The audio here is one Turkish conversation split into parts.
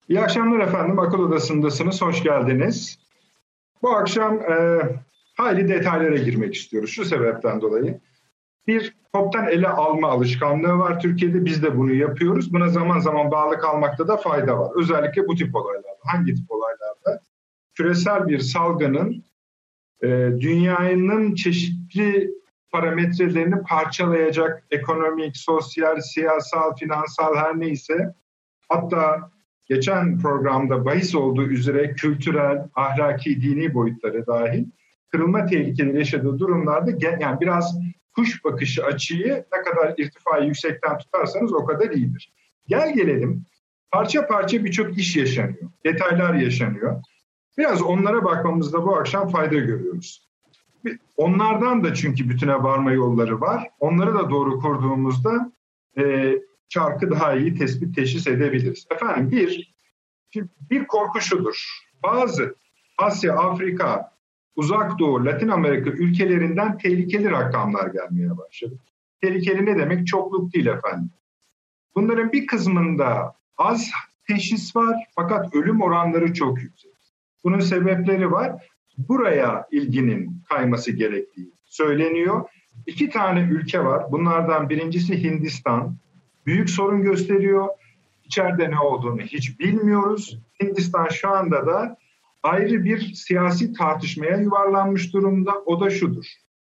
İyi akşamlar efendim. Akıl Odası'ndasınız. Hoş geldiniz. Bu akşam hayli detaylara girmek istiyoruz. Şu sebepten dolayı. Bir toptan ele alma alışkanlığı var Türkiye'de. Biz de bunu yapıyoruz. Buna zaman zaman bağlı kalmakta da fayda var. Özellikle bu tip olaylarda. Hangi tip olaylarda? Küresel bir salgının dünyanın çeşitli parametrelerini parçalayacak ekonomik, sosyal, siyasal, finansal her neyse, hatta geçen programda bahis olduğu üzere kültürel, ahlaki, dini boyutları dahil kırılma tehlikeleri yaşadığı durumlarda yani biraz kuş bakışı açıyı ne kadar irtifayı yüksekten tutarsanız o kadar iyidir. Gel gelelim, parça parça birçok iş yaşanıyor, detaylar yaşanıyor. Biraz onlara bakmamızda bu akşam fayda görüyoruz. Onlardan da çünkü bütüne varma yolları var. Onları da doğru kurduğumuzda çarkı daha iyi tespit teşhis edebiliriz. Efendim bir korku şudur. Bazı Asya, Afrika, Uzak Doğu, Latin Amerika ülkelerinden tehlikeli rakamlar gelmeye başladı. Tehlikeli ne demek? Çokluk değil efendim. Bunların bir kısmında az teşhis var fakat ölüm oranları çok yüksek. Bunun sebepleri var. Buraya ilginin kayması gerektiği söyleniyor. 2 tane ülke var. Bunlardan birincisi Hindistan. Büyük sorun gösteriyor. İçeride ne olduğunu hiç bilmiyoruz. Hindistan şu anda da ayrı bir siyasi tartışmaya yuvarlanmış durumda. O da şudur.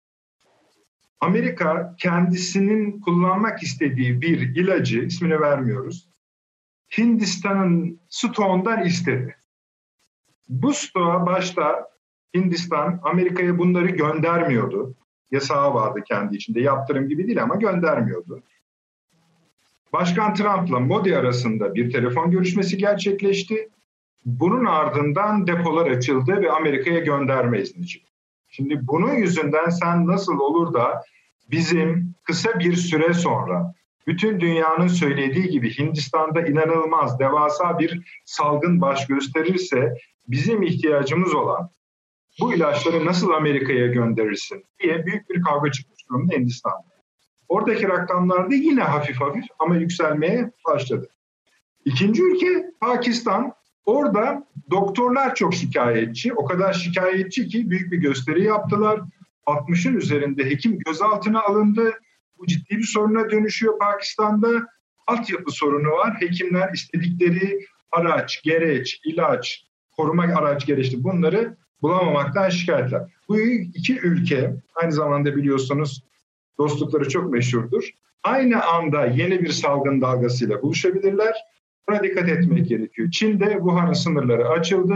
Amerika kendisinin kullanmak istediği bir ilacı, ismini vermiyoruz, Hindistan'ın stoğundan istedi. Bu stoğa başta Hindistan Amerika'ya bunları göndermiyordu. Yasağı vardı kendi içinde. Yaptırım gibi değil ama göndermiyordu. Başkan Trump'la Modi arasında bir telefon görüşmesi gerçekleşti. Bunun ardından depolar açıldı ve Amerika'ya gönderme izni çıktı. Şimdi bunun yüzünden sen nasıl olur da bizim kısa bir süre sonra bütün dünyanın söylediği gibi Hindistan'da inanılmaz, devasa bir salgın baş gösterirse bizim ihtiyacımız olan bu ilaçları nasıl Amerika'ya gönderirsin diye büyük bir kavga çıkmış durumda Hindistan'da. Oradaki rakamlar da yine hafif hafif ama yükselmeye başladı. İkinci ülke Pakistan. Orada doktorlar çok şikayetçi. O kadar şikayetçi ki büyük bir gösteri yaptılar. 60'ın üzerinde hekim gözaltına alındı. Bu ciddi bir soruna dönüşüyor Pakistan'da. Altyapı sorunu var. Hekimler istedikleri araç, gereç, ilaç, koruma araç gereçli bunları bulamamaktan şikayetler. Bu iki ülke aynı zamanda biliyorsunuz dostlukları çok meşhurdur. Aynı anda yeni bir salgın dalgasıyla buluşabilirler. Buna dikkat etmek gerekiyor. Çin'de Wuhan'ın sınırları açıldı.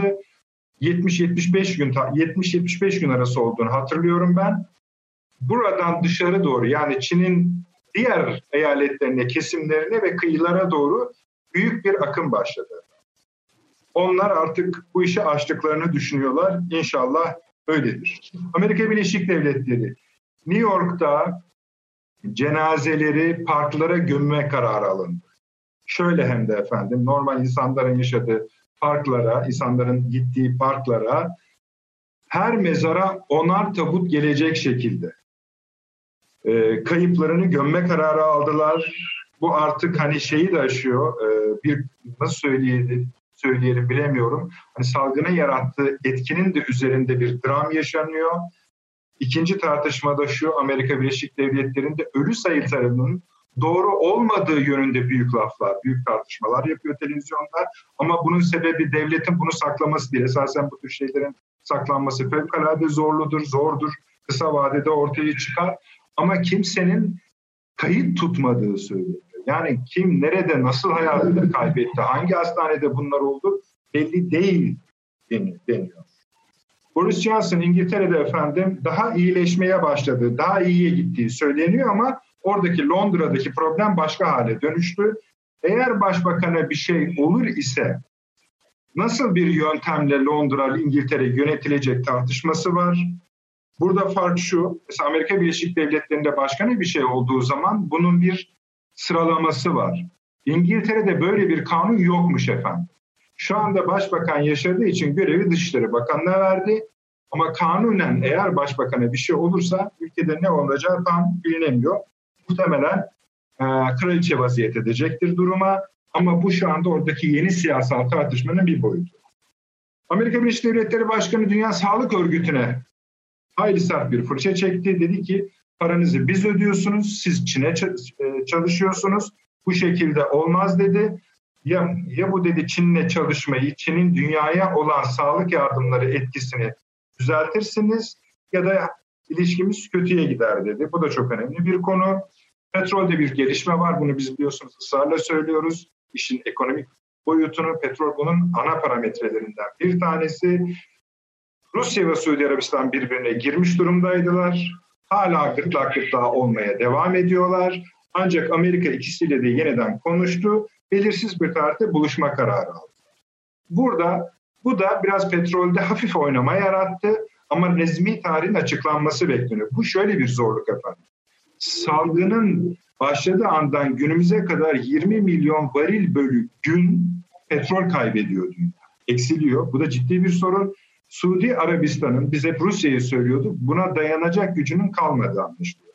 70-75 gün arası olduğunu hatırlıyorum ben. Buradan dışarı doğru yani Çin'in diğer eyaletlerine, kesimlerine ve kıyılara doğru büyük bir akım başladı. Onlar artık bu işi açtıklarını düşünüyorlar. İnşallah öyledir. Amerika Birleşik Devletleri New York'ta cenazeleri parklara gömme kararı alındı. Şöyle hem de efendim normal insanların yaşadığı parklara, insanların gittiği parklara her mezara 10'ar tabut gelecek şekilde kayıplarını gömme kararı aldılar. Bu artık hani şeyi de aşıyor. Bir nasıl söyleyelim bilemiyorum. Hani salgının yarattığı etkinin de üzerinde bir dram yaşanıyor. İkinci tartışmada şu, Amerika Birleşik Devletleri'nde ölü sayılarının doğru olmadığı yönünde büyük laflar, büyük tartışmalar yapıyor televizyonda. Ama bunun sebebi devletin bunu saklaması değil. Esasen bu tür şeylerin saklanması fevkalade zordur. Kısa vadede ortaya çıkar. Ama kimsenin kayıt tutmadığı söyleniyor. Yani kim, nerede, nasıl hayatını kaybetti, hangi hastanede bunlar oldu belli değil deniyor. Boris Johnson İngiltere'de efendim daha iyileşmeye başladı, daha iyiye gittiği söyleniyor ama oradaki Londra'daki problem başka hale dönüştü. Eğer başbakana bir şey olur ise nasıl bir yöntemle Londra, İngiltere yönetilecek tartışması var. Burada fark şu, mesela Amerika Birleşik Devletleri'nde başkana bir şey olduğu zaman bunun bir sıralaması var. İngiltere'de böyle bir kanun yokmuş efendim. Şu anda başbakan yaşadığı için görevi Dışişleri Bakanı'na verdi. Ama kanunen eğer başbakana bir şey olursa ülkede ne olacağı tam bilinemiyor. Muhtemelen kraliçe vaziyet edecektir duruma. Ama bu şu anda oradaki yeni siyasal tartışmanın bir boyutu. Amerika Birleşik Devletleri Başkanı Dünya Sağlık Örgütü'ne hayli sert bir fırça çekti. Dedi ki paranızı biz ödüyorsunuz, siz Çin'e çalışıyorsunuz. Bu şekilde olmaz dedi. Ya bu dedi Çin'le çalışmayı, Çin'in dünyaya olan sağlık yardımları etkisini düzeltirsiniz ya da ilişkimiz kötüye gider dedi. Bu da çok önemli bir konu. Petrolde bir gelişme var. Bunu biz biliyorsunuz ısrarla söylüyoruz. İşin ekonomik boyutunu, petrol bunun ana parametrelerinden bir tanesi. Rusya ve Suudi Arabistan birbirine girmiş durumdaydılar. Hala gırtlak olmaya devam ediyorlar. Ancak Amerika ikisiyle de yeniden konuştu. Belirsiz bir tarihte buluşma kararı aldı. Bu da biraz petrolde hafif oynama yarattı ama resmi tarihin açıklanması bekleniyor. Bu şöyle bir zorluk efendim. Salgının başladığı andan günümüze kadar 20 milyon varil bölü gün petrol kaybediyor dünya. Eksiliyor. Bu da ciddi bir sorun. Suudi Arabistan'ın, biz hep Rusya'yı söylüyorduk, buna dayanacak gücünün kalmadığı anlaşılıyor.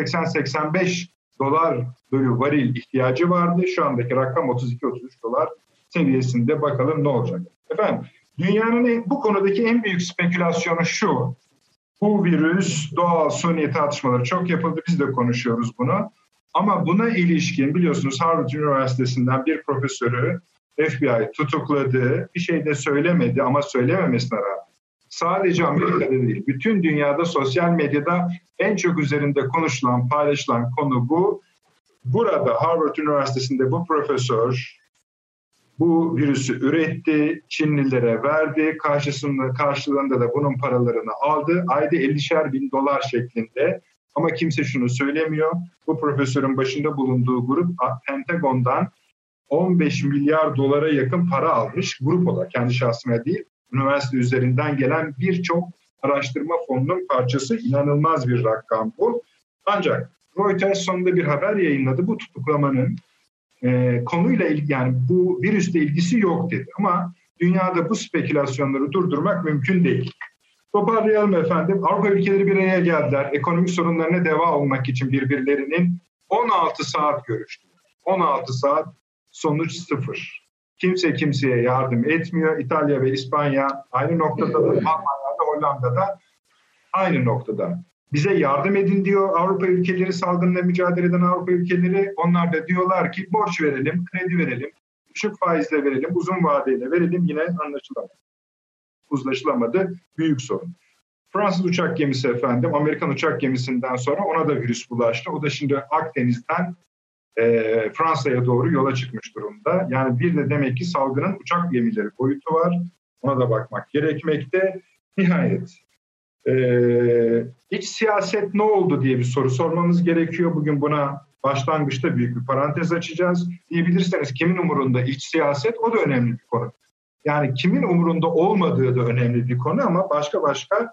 80-85 dolar bölü varil ihtiyacı vardı. Şu andaki rakam 32-33 dolar seviyesinde, bakalım ne olacak. Efendim, dünyanın bu konudaki en büyük spekülasyonu şu. Bu virüs, doğal, suni tartışmaları çok yapıldı. Biz de konuşuyoruz bunu. Ama buna ilişkin biliyorsunuz Harvard Üniversitesi'nden bir profesörü FBI tutukladı. Bir şey de söylemedi ama söylememesine rağmen sadece Amerika'da değil, bütün dünyada sosyal medyada en çok üzerinde konuşulan, paylaşılan konu bu. Burada Harvard Üniversitesi'nde bu profesör bu virüsü üretti, Çinlilere verdi, karşılığında da bunun paralarını aldı. Ayda 50'şer bin dolar şeklinde. Ama kimse şunu söylemiyor. Bu profesörün başında bulunduğu grup Pentagon'dan 15 milyar dolara yakın para almış grup olarak, kendi şahsına değil, üniversite üzerinden gelen birçok araştırma fonunun parçası. İnanılmaz bir rakam bu. Ancak Reuters sonunda bir haber yayınladı. Bu tutuklamanın konuyla ilgili, yani bu virüsle ilgisi yok dedi. Ama dünyada bu spekülasyonları durdurmak mümkün değil. Toparlayalım efendim. Avrupa ülkeleri bir araya geldiler. Ekonomik sorunlarına deva olmak için birbirlerinin 16 saat görüştüler. 16 saat, sonuç sıfır. Kimse kimseye yardım etmiyor. İtalya ve İspanya aynı noktada, Almanya'da, Hollanda'da aynı noktada. Bize yardım edin diyor Avrupa ülkeleri, salgınla mücadele eden Avrupa ülkeleri. Onlar da diyorlar ki borç verelim, kredi verelim, düşük faizle verelim, uzun vadeyle verelim. Yine anlaşılamadı. Uzlaşılamadı. Büyük sorun. Fransız uçak gemisi efendim, Amerikan uçak gemisinden sonra ona da virüs bulaştı. O da şimdi Akdeniz'den Fransa'ya doğru yola çıkmış durumda. Yani bir de demek ki salgının uçak gemileri boyutu var. Ona da bakmak gerekmekte. Nihayet iç siyaset ne oldu diye bir soru sormamız gerekiyor. Bugün buna başlangıçta büyük bir parantez açacağız. Diyebilirseniz kimin umurunda iç siyaset, o da önemli bir konu. Yani kimin umurunda olmadığı da önemli bir konu ama başka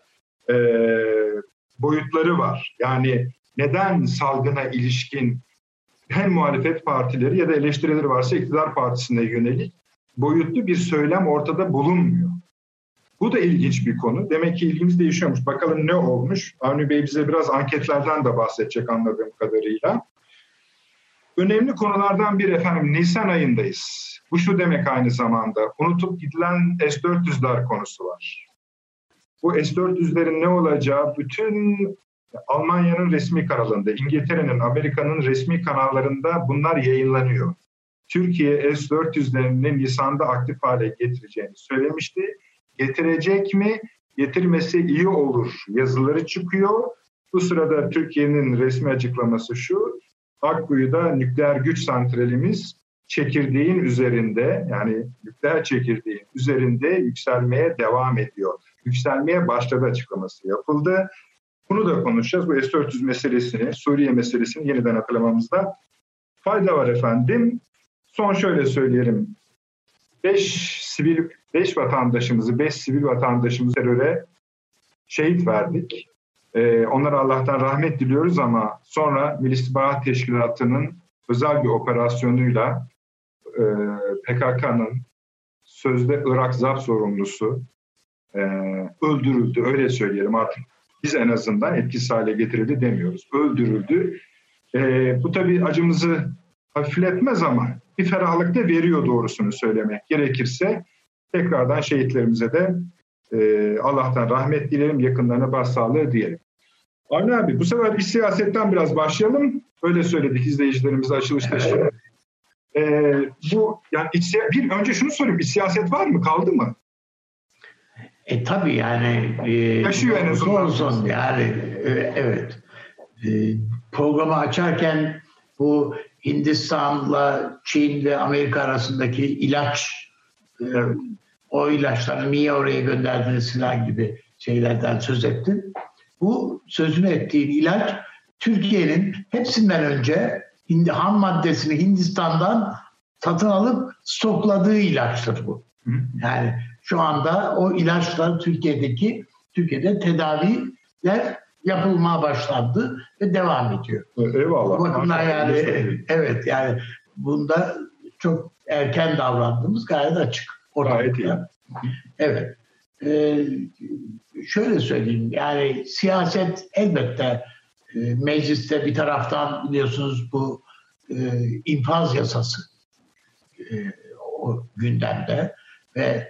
boyutları var. Yani neden salgına ilişkin hem muhalefet partileri ya da eleştirileri varsa iktidar partisine yönelik boyutlu bir söylem ortada bulunmuyor. Bu da ilginç bir konu. Demek ki ilgimiz değişiyormuş. Bakalım ne olmuş? Avni Bey bize biraz anketlerden de bahsedecek anladığım kadarıyla. Önemli konulardan biri efendim, Nisan ayındayız. Bu şu demek aynı zamanda, unutup gidilen S-400'ler konusu var. Bu S-400'lerin ne olacağı bütün Almanya'nın resmi kanalında, İngiltere'nin, Amerika'nın resmi kanallarında bunlar yayınlanıyor. Türkiye S-400'lerini Nisan'da aktif hale getireceğini söylemişti. Getirecek mi? Getirmesi iyi olur yazıları çıkıyor. Bu sırada Türkiye'nin resmi açıklaması şu: Akkuyu'da nükleer güç santralimiz çekirdeğin üzerinde, yani nükleer çekirdeğin üzerinde yükselmeye devam ediyor. Yükselmeye başladı açıklaması yapıldı. Bunu da konuşacağız. Bu S-400 meselesini, Suriye meselesini yeniden hatırlamamızda fayda var efendim. Son şöyle söyleyelim. 5 sivil vatandaşımızı teröre şehit verdik. Onlara Allah'tan rahmet diliyoruz ama sonra Milli İstihbarat Teşkilatı'nın özel bir operasyonuyla PKK'nın sözde Irak ZAP sorumlusu öldürüldü. Öyle söyleyelim artık. Biz en azından etkisiz hale getirildi demiyoruz. Öldürüldü. Bu tabii acımızı hafifletmez ama bir ferahlık da veriyor doğrusunu söylemek gerekirse. Tekrardan şehitlerimize de Allah'tan rahmet dilerim, yakınlarına başsağlığı diyelim. Avni abi, bu sefer iç siyasetten biraz başlayalım. Öyle söyledik izleyicilerimize açılışta. Bu yani önce şunu sorayım, iç siyaset var mı, kaldı mı? Tabii yani yaşıyor en azından. Yani evet. Programı açarken bu Hindistan'la Çin ve Amerika arasındaki ilaç, o ilaçları niye oraya gönderdiniz falan gibi şeylerden söz ettin. Bu sözünü ettiğin ilaç Türkiye'nin hepsinden önce ham maddesini Hindistan'dan satın alıp stokladığı ilaçtır bu. Yani şu anda o ilaçlar Türkiye'de tedaviler yapılmaya başlandı ve devam ediyor. Eyvallah. Bu bakımdan yani evet, yani bunda çok erken davrandığımız gayet açık. Gayet iyi. Evet. Şöyle söyleyeyim, yani siyaset elbette mecliste bir taraftan biliyorsunuz bu infaz yasası o gündemde ve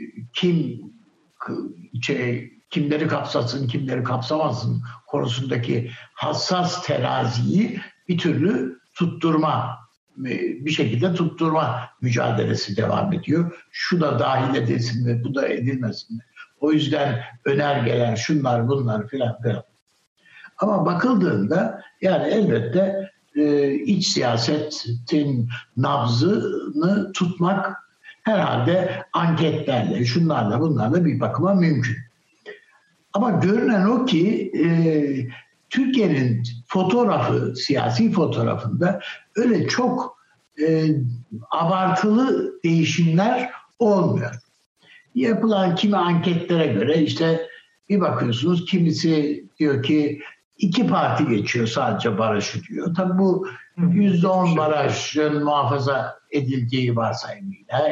kimleri kapsasın, kimleri kapsamasın konusundaki hassas teraziyi bir türlü bir şekilde tutturma mücadelesi devam ediyor. Şu da dahil edilsin mi, bu da edilmesin mi? O yüzden önergeler, şunlar, bunlar filan. Ama bakıldığında yani elbette iç siyasetin nabzını tutmak herhalde anketlerle, şunlarla, bunlarla bir bakıma mümkün. Ama görünen o ki Türkiye'nin siyasi fotoğrafında öyle çok abartılı değişimler olmuyor. Yapılan kimi anketlere göre işte bir bakıyorsunuz, kimisi diyor ki 2 parti geçiyor sadece barajı diyor. Tabii bu %10 barajın muhafaza edileceği varsayımıyla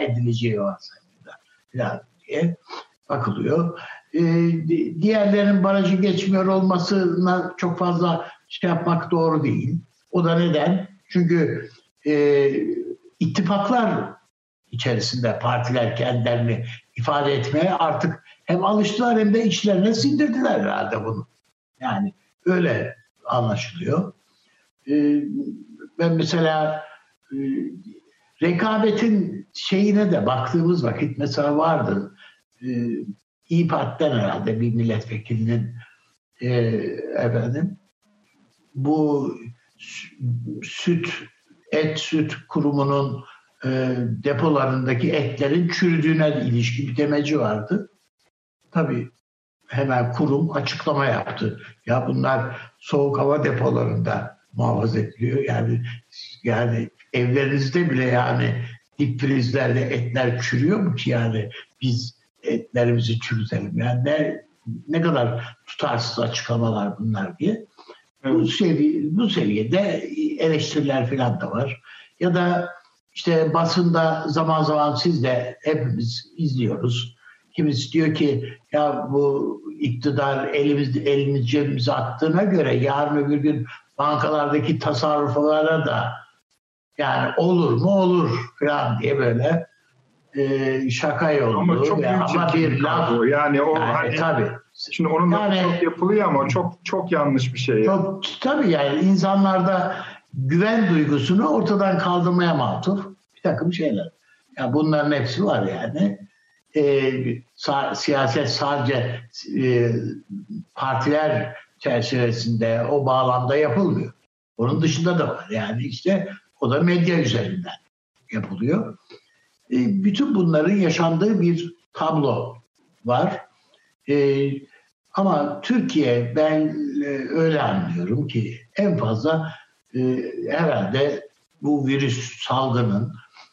falan diye bakılıyor. Diğerlerinin barajı geçmiyor olmasına çok fazla yapmak doğru değil. O da neden? Çünkü ittifaklar içerisinde partiler kendilerini ifade etmeye artık hem alıştılar hem de içlerine sindirdiler herhalde bunu. Yani öyle anlaşılıyor. Ben mesela rekabetin şeyine de baktığımız vakit mesela vardı. İYİ Parti'den herhalde bir milletvekilinin bu süt kurumunun depolarındaki etlerin çürüdüğüne ilişkin bir demeci vardı. Tabii hemen kurum açıklama yaptı. Ya bunlar soğuk hava depolarında muhafaza ediliyor. Yani evlerinizde bile yani dip frizlerde etler çürüyor mu ki yani biz etlerimizi çürütelim? Yani ne kadar tutarsız açıklamalar bunlar diye. Evet. Bu seviyede eleştiriler falan da var. Ya da işte basında zaman zaman siz de hepimiz izliyoruz. Kimisi diyor ki ya bu iktidar elimiz cebimize attığına göre yarın öbür gün bankalardaki tasarruflara da yani olur mu olur falan diye böyle şaka yollu. Ama çok büyük bir laf. Yani o hani tabii. Şimdi onun da çok yapılıyor ama çok yanlış bir şey. Tabii yani insanlarda güven duygusunu ortadan kaldırmaya matuf bir takım şeyler. Yani bunların hepsi var yani. Siyaset sadece partiler çerçevesinde o bağlamda yapılmıyor. Onun dışında da var. Yani işte o da medya üzerinden yapılıyor. Bütün bunların yaşandığı bir tablo var. Ama Türkiye, ben öyle anlıyorum ki en fazla herhalde bu virüs salgının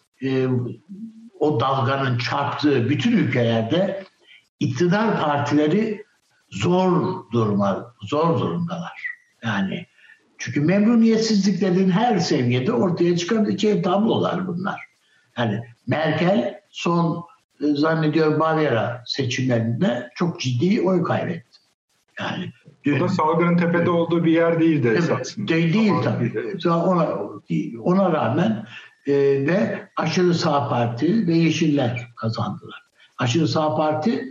o dalganın çarptığı bütün ülkelerde iktidar partileri zor durumdalar. Yani çünkü memnuniyetsizliklerin her seviyede ortaya çıkabileceği tablolar bunlar. Yani Merkel son zannediyorum Bavyera seçimlerinde çok ciddi oy kaybetti. Yani bu da salgının tepede olduğu bir yer değildi esasında. Değil tabii. Ona rağmen ve Aşırı Sağ Parti ve Yeşiller kazandılar. Aşırı Sağ Parti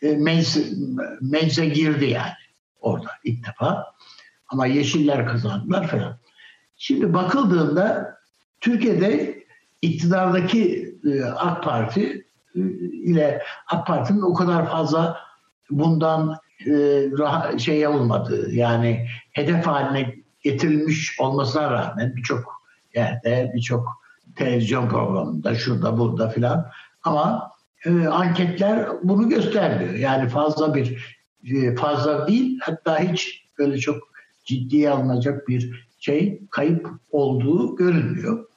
meclise girdi yani orada ilk defa. Ama Yeşiller kazandılar falan. Şimdi bakıldığında Türkiye'de iktidardaki AK Parti ile AK Parti'nin o kadar fazla bundan olmadığı, yani hedef haline getirilmiş olmasına rağmen birçok yerde, birçok televizyon programında, şurada burada filan, ama anketler bunu göstermiyor. Yani fazla değil, hatta hiç böyle çok ciddiye alınacak bir kayıp olduğu görünmüyor.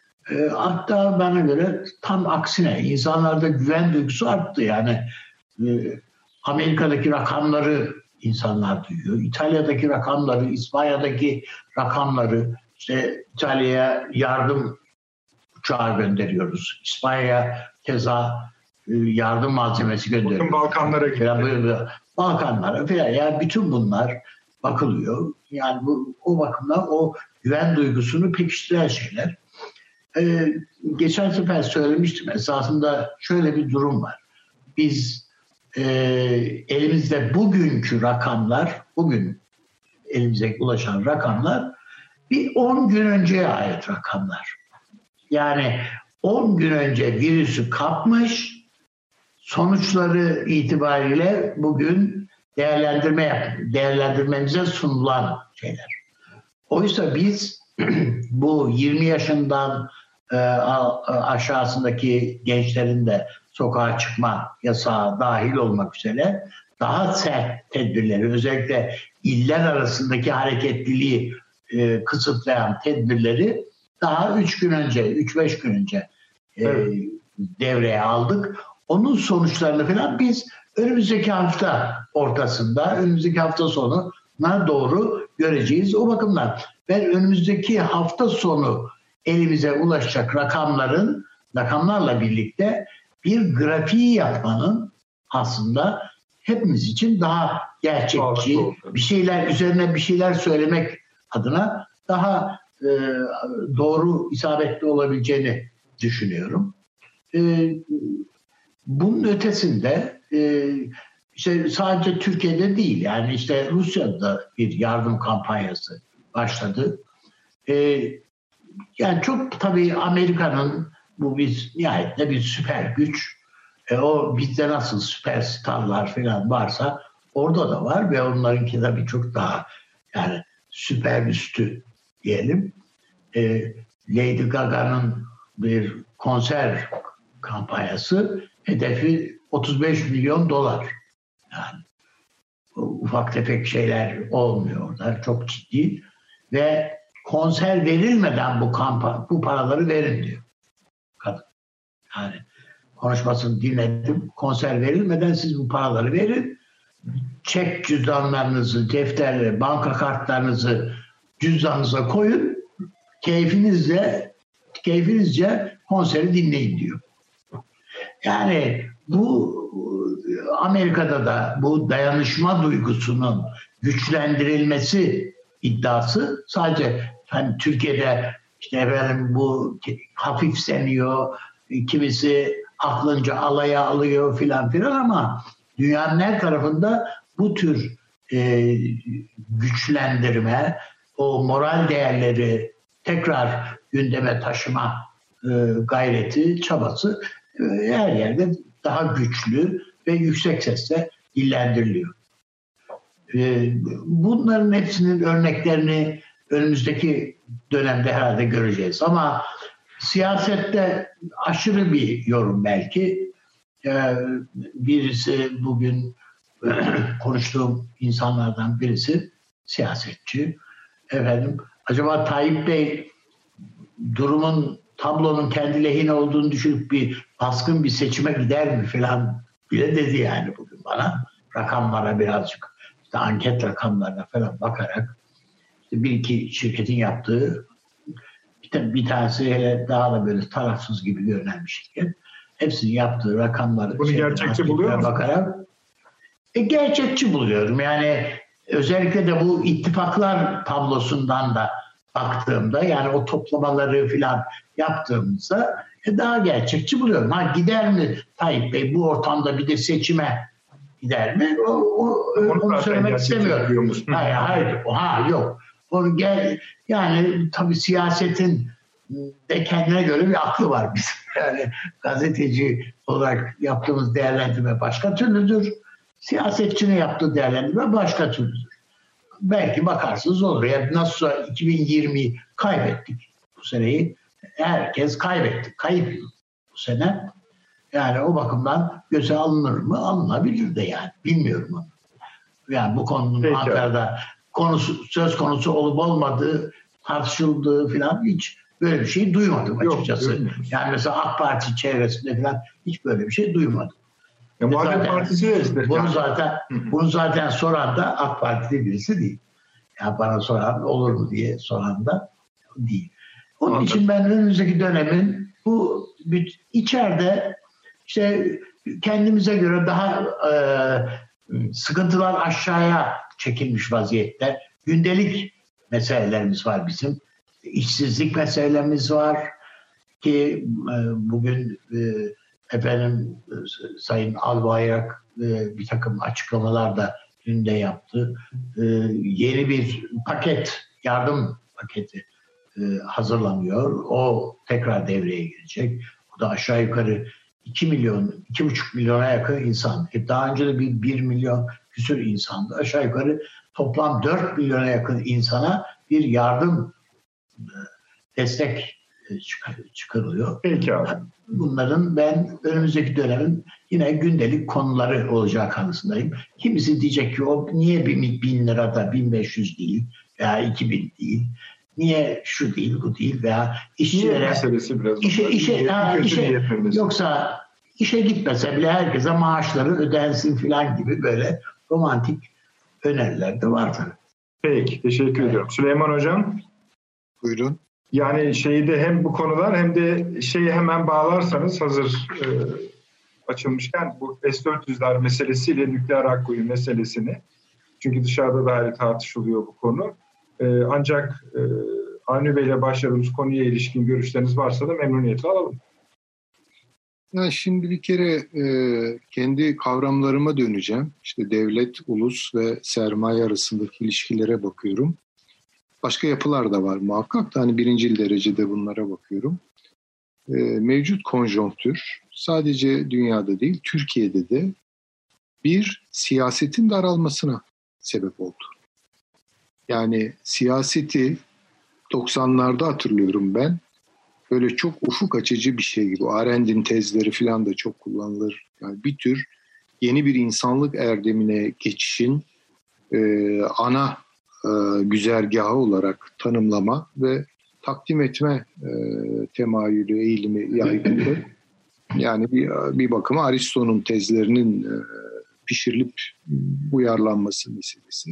Hatta bana göre tam aksine insanlarda güven duygusu arttı. Yani Amerika'daki rakamları insanlar duyuyor. İtalya'daki rakamları, İspanya'daki rakamları, işte İtalya'ya yardım uçağı gönderiyoruz. İspanya'ya keza yardım malzemesi gönderiyoruz. Balkanlara gidiyor. Balkanlara falan. Yani bütün bunlar bakılıyor. Yani o bakımdan o güven duygusunu pekiştiren şeyler. Geçen sefer söylemiştim. Esasında şöyle bir durum var. Biz elimizde bugünkü rakamlar, bugün elimize ulaşan rakamlar bir 10 gün önceye ait rakamlar. Yani 10 gün önce virüsü kapmış, sonuçları itibariyle bugün değerlendirmemize sunulan şeyler. Oysa biz bu 20 yaşından aşağısındaki gençlerin de sokağa çıkma yasağı dahil olmak üzere daha sert tedbirleri, özellikle iller arasındaki hareketliliği kısıtlayan tedbirleri daha 3 gün önce, 3-5 gün önce devreye aldık. Onun sonuçlarını falan biz önümüzdeki hafta ortasında, önümüzdeki hafta sonuna doğru göreceğiz. O bakımdan ben önümüzdeki hafta sonu elimize ulaşacak rakamlarla birlikte bir grafiği yapmanın aslında hepimiz için daha gerçekçi, üzerine bir şeyler söylemek adına daha doğru, isabetli olabileceğini düşünüyorum. Bunun ötesinde işte sadece Türkiye'de değil, yani işte Rusya'da bir yardım kampanyası başladı. Yani çok tabii Amerika'nın bu nihayetinde bir süper güç. O bizde nasıl süperstarlar falan varsa orada da var ve onlarınki tabii çok daha yani süper üstü diyelim. Lady Gaga'nın bir konser kampanyası, hedefi 35 milyon dolar. Yani ufak tefek şeyler olmuyor orada, çok ciddi ve konser verilmeden bu paraları verin diyor kadın. Yani konuşmasını dinledim. Konser verilmeden siz bu paraları verin. Çek cüzdanlarınızı, defterleri, banka kartlarınızı cüzdanınıza koyun. Keyfinizce konseri dinleyin diyor. Yani bu Amerika'da da bu dayanışma duygusunun güçlendirilmesi iddiası sadece hani Türkiye'de işte bu hafifleniyor, kimisi aklınca alaya alıyor filan ama dünyanın her tarafında bu tür güçlendirme, o moral değerleri tekrar gündeme taşıma gayreti, çabası her yerde daha güçlü ve yüksek sesle dillendiriliyor. Bunların hepsinin örneklerini önümüzdeki dönemde herhalde göreceğiz. Ama siyasette aşırı bir yorum belki. Birisi bugün konuştuğum insanlardan birisi siyasetçi. Acaba Tayyip Bey tablonun kendi lehine olduğunu düşünüp bir baskın bir seçime gider mi falan bile dedi yani bugün bana. Rakamlara birazcık, işte anket rakamlarına falan bakarak, işte bir iki şirketin yaptığı, bir tanesi hele daha da böyle tarafsız gibi görünen bir şirket. Hepsinin yaptığı rakamları bunu gerçekçi buluyor musun? Bakarak gerçekçi buluyorum. Yani özellikle de bu ittifaklar tablosundan da baktığımda, yani o toplamaları falan yaptığımızda daha gerçekçi buluyorum. Ha, gider mi Tayyip Bey bu ortamda bir de seçime gider mi? Onu söylemek istemiyorum. Hayır, yok. Onu yani tabii siyasetin de kendine göre bir aklı var bizim. Yani gazeteci olarak yaptığımız değerlendirme başka türlüdür. Siyasetçinin yaptığı değerlendirme başka türlüdür. Belki bakarsınız olur. Yani nasılsa 2020'yi kaybettik. Bu seneyi herkes kaybetti. Kayıp yıl bu sene. Yani o bakımdan göze alınır mı? Alınabilir de yani. Bilmiyorum onu. Yani bu konunun Ankara'da söz konusu olup olmadığı, tartışıldığı falan hiç böyle bir şey duymadım açıkçası. Yok, yani mesela AK Parti çevresinde falan hiç böyle bir şey duymadım. Muhalefet Partisi de işte. Bunu zaten soran da AK Parti'de birisi değil. Yani bana soran olur mu diye soran da değil. Onun için ben önümüzdeki dönemin bu içeride işte kendimize göre daha sıkıntılar aşağıya çekilmiş vaziyette. Gündelik meselelerimiz var bizim. İşsizlik meselelerimiz var ki bugün Sayın Albayrak bir takım açıklamalar da dün de yaptı. Yeni bir yardım paketi hazırlanıyor. O tekrar devreye girecek. Bu da aşağı yukarı 2,5 milyona yakın insan. Daha önce de 1 milyon küsur insandı. Aşağı yukarı toplam 4 milyona yakın insana bir yardım destek çıkarılıyor. Peki abi. Bunların ben önümüzdeki dönemin yine gündelik konuları olacağı kanısındayım. Kimisi diyecek ki o niye 1.000 lirada 1.500 değil veya 2.000 değil? Niye şu değil, bu değil veya işçilere yoksa işe gitmese bile herkese maaşları ödensin falan gibi böyle romantik öneriler de vardır. Peki, teşekkür ediyorum. Süleyman Hocam. Buyurun. Yani hem bu konular hem de hemen bağlarsanız hazır açılmışken bu S-400'ler meselesiyle nükleer akkuyu meselesini, çünkü dışarıda da tartışılıyor bu konu. Ancak Avni Bey'le başladığımız konuya ilişkin görüşleriniz varsa da memnuniyetle alalım. Ya şimdi bir kere kendi kavramlarıma döneceğim. İşte devlet, ulus ve sermaye arasındaki ilişkilere bakıyorum. Başka yapılar da var muhakkak da birincil derecede bunlara bakıyorum. Mevcut konjonktür sadece dünyada değil Türkiye'de de bir siyasetin daralmasına sebep oldu. Yani siyaseti 90'larda hatırlıyorum ben. Böyle çok ufuk açıcı bir şey gibi. Arendt'in tezleri falan da çok kullanılır. Yani bir tür yeni bir insanlık erdemine geçişin ana güzergahı olarak tanımlama ve takdim etme temayülü, eğilimi yaygındı. Yani bir bakıma Aristo'nun tezlerinin pişirilip uyarlanması meselesi.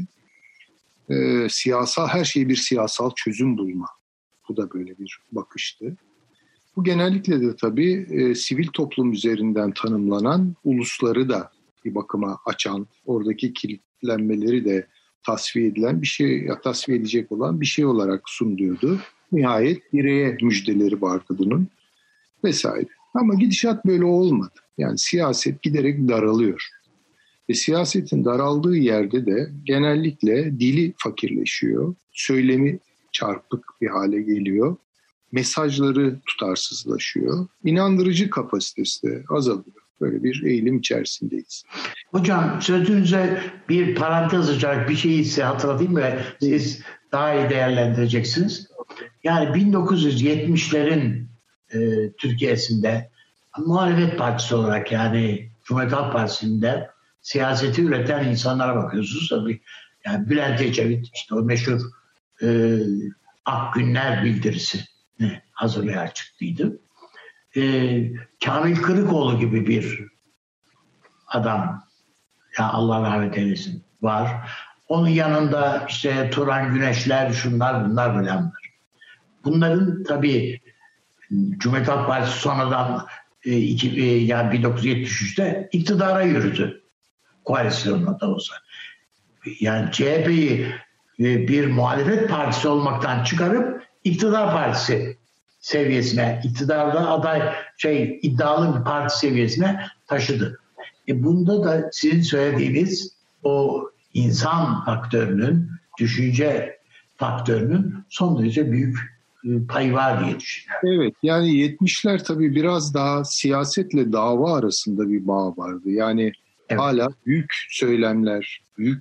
Her şey bir siyasal çözüm bulma. Bu da böyle bir bakıştı. Bu genellikle de tabii sivil toplum üzerinden tanımlanan ulusları da bir bakıma açan, oradaki kilitlenmeleri de tasfiye edilen bir şey, ya tasfiye edecek olan bir şey olarak sunuluyordu. Nihayet bireye müjdeleri vardı bunun vesaire. Ama gidişat böyle olmadı. Yani siyaset giderek daralıyor. Ve siyasetin daraldığı yerde de genellikle dili fakirleşiyor, söylemi çarpık bir hale geliyor, mesajları tutarsızlaşıyor, inandırıcı kapasitesi de azalıyor. Böyle bir eğilim içerisindeyiz. Hocam sözünüze bir parantez açarak bir şeyi size hatırlatayım ve siz daha iyi değerlendireceksiniz. Yani 1970'lerin Türkiye'sinde muhalefet partisi olarak yani Cumhuriyet Halk Partisi'nde siyaseti üreten insanlara bakıyorsunuz tabii. Yani Bülent Ecevit işte o meşhur Ak Günler bildirisi hazırlayarak çıktıydı. Kamil Kırıkoğlu gibi bir adam, ya Allah rahmet eylesin, var. Onun yanında işte Turan Güneşler, şunlar bunlar falan var. Bunların tabii Cumhuriyet Halk Partisi sonradan yani 1973'te iktidara yürüdü. Koalisyonla da olsa. Yani CHP'yi bir muhalefet partisi olmaktan çıkarıp iktidar partisi seviyesine, iktidarda iddialı bir parti seviyesine taşıdı. Bunda da sizin söylediğiniz o insan faktörünün, düşünce faktörünün son derece büyük payı var diye düşünüyorum. Evet, yani 70'ler tabii biraz daha siyasetle dava arasında bir bağ vardı. Yani evet, hala büyük söylemler, büyük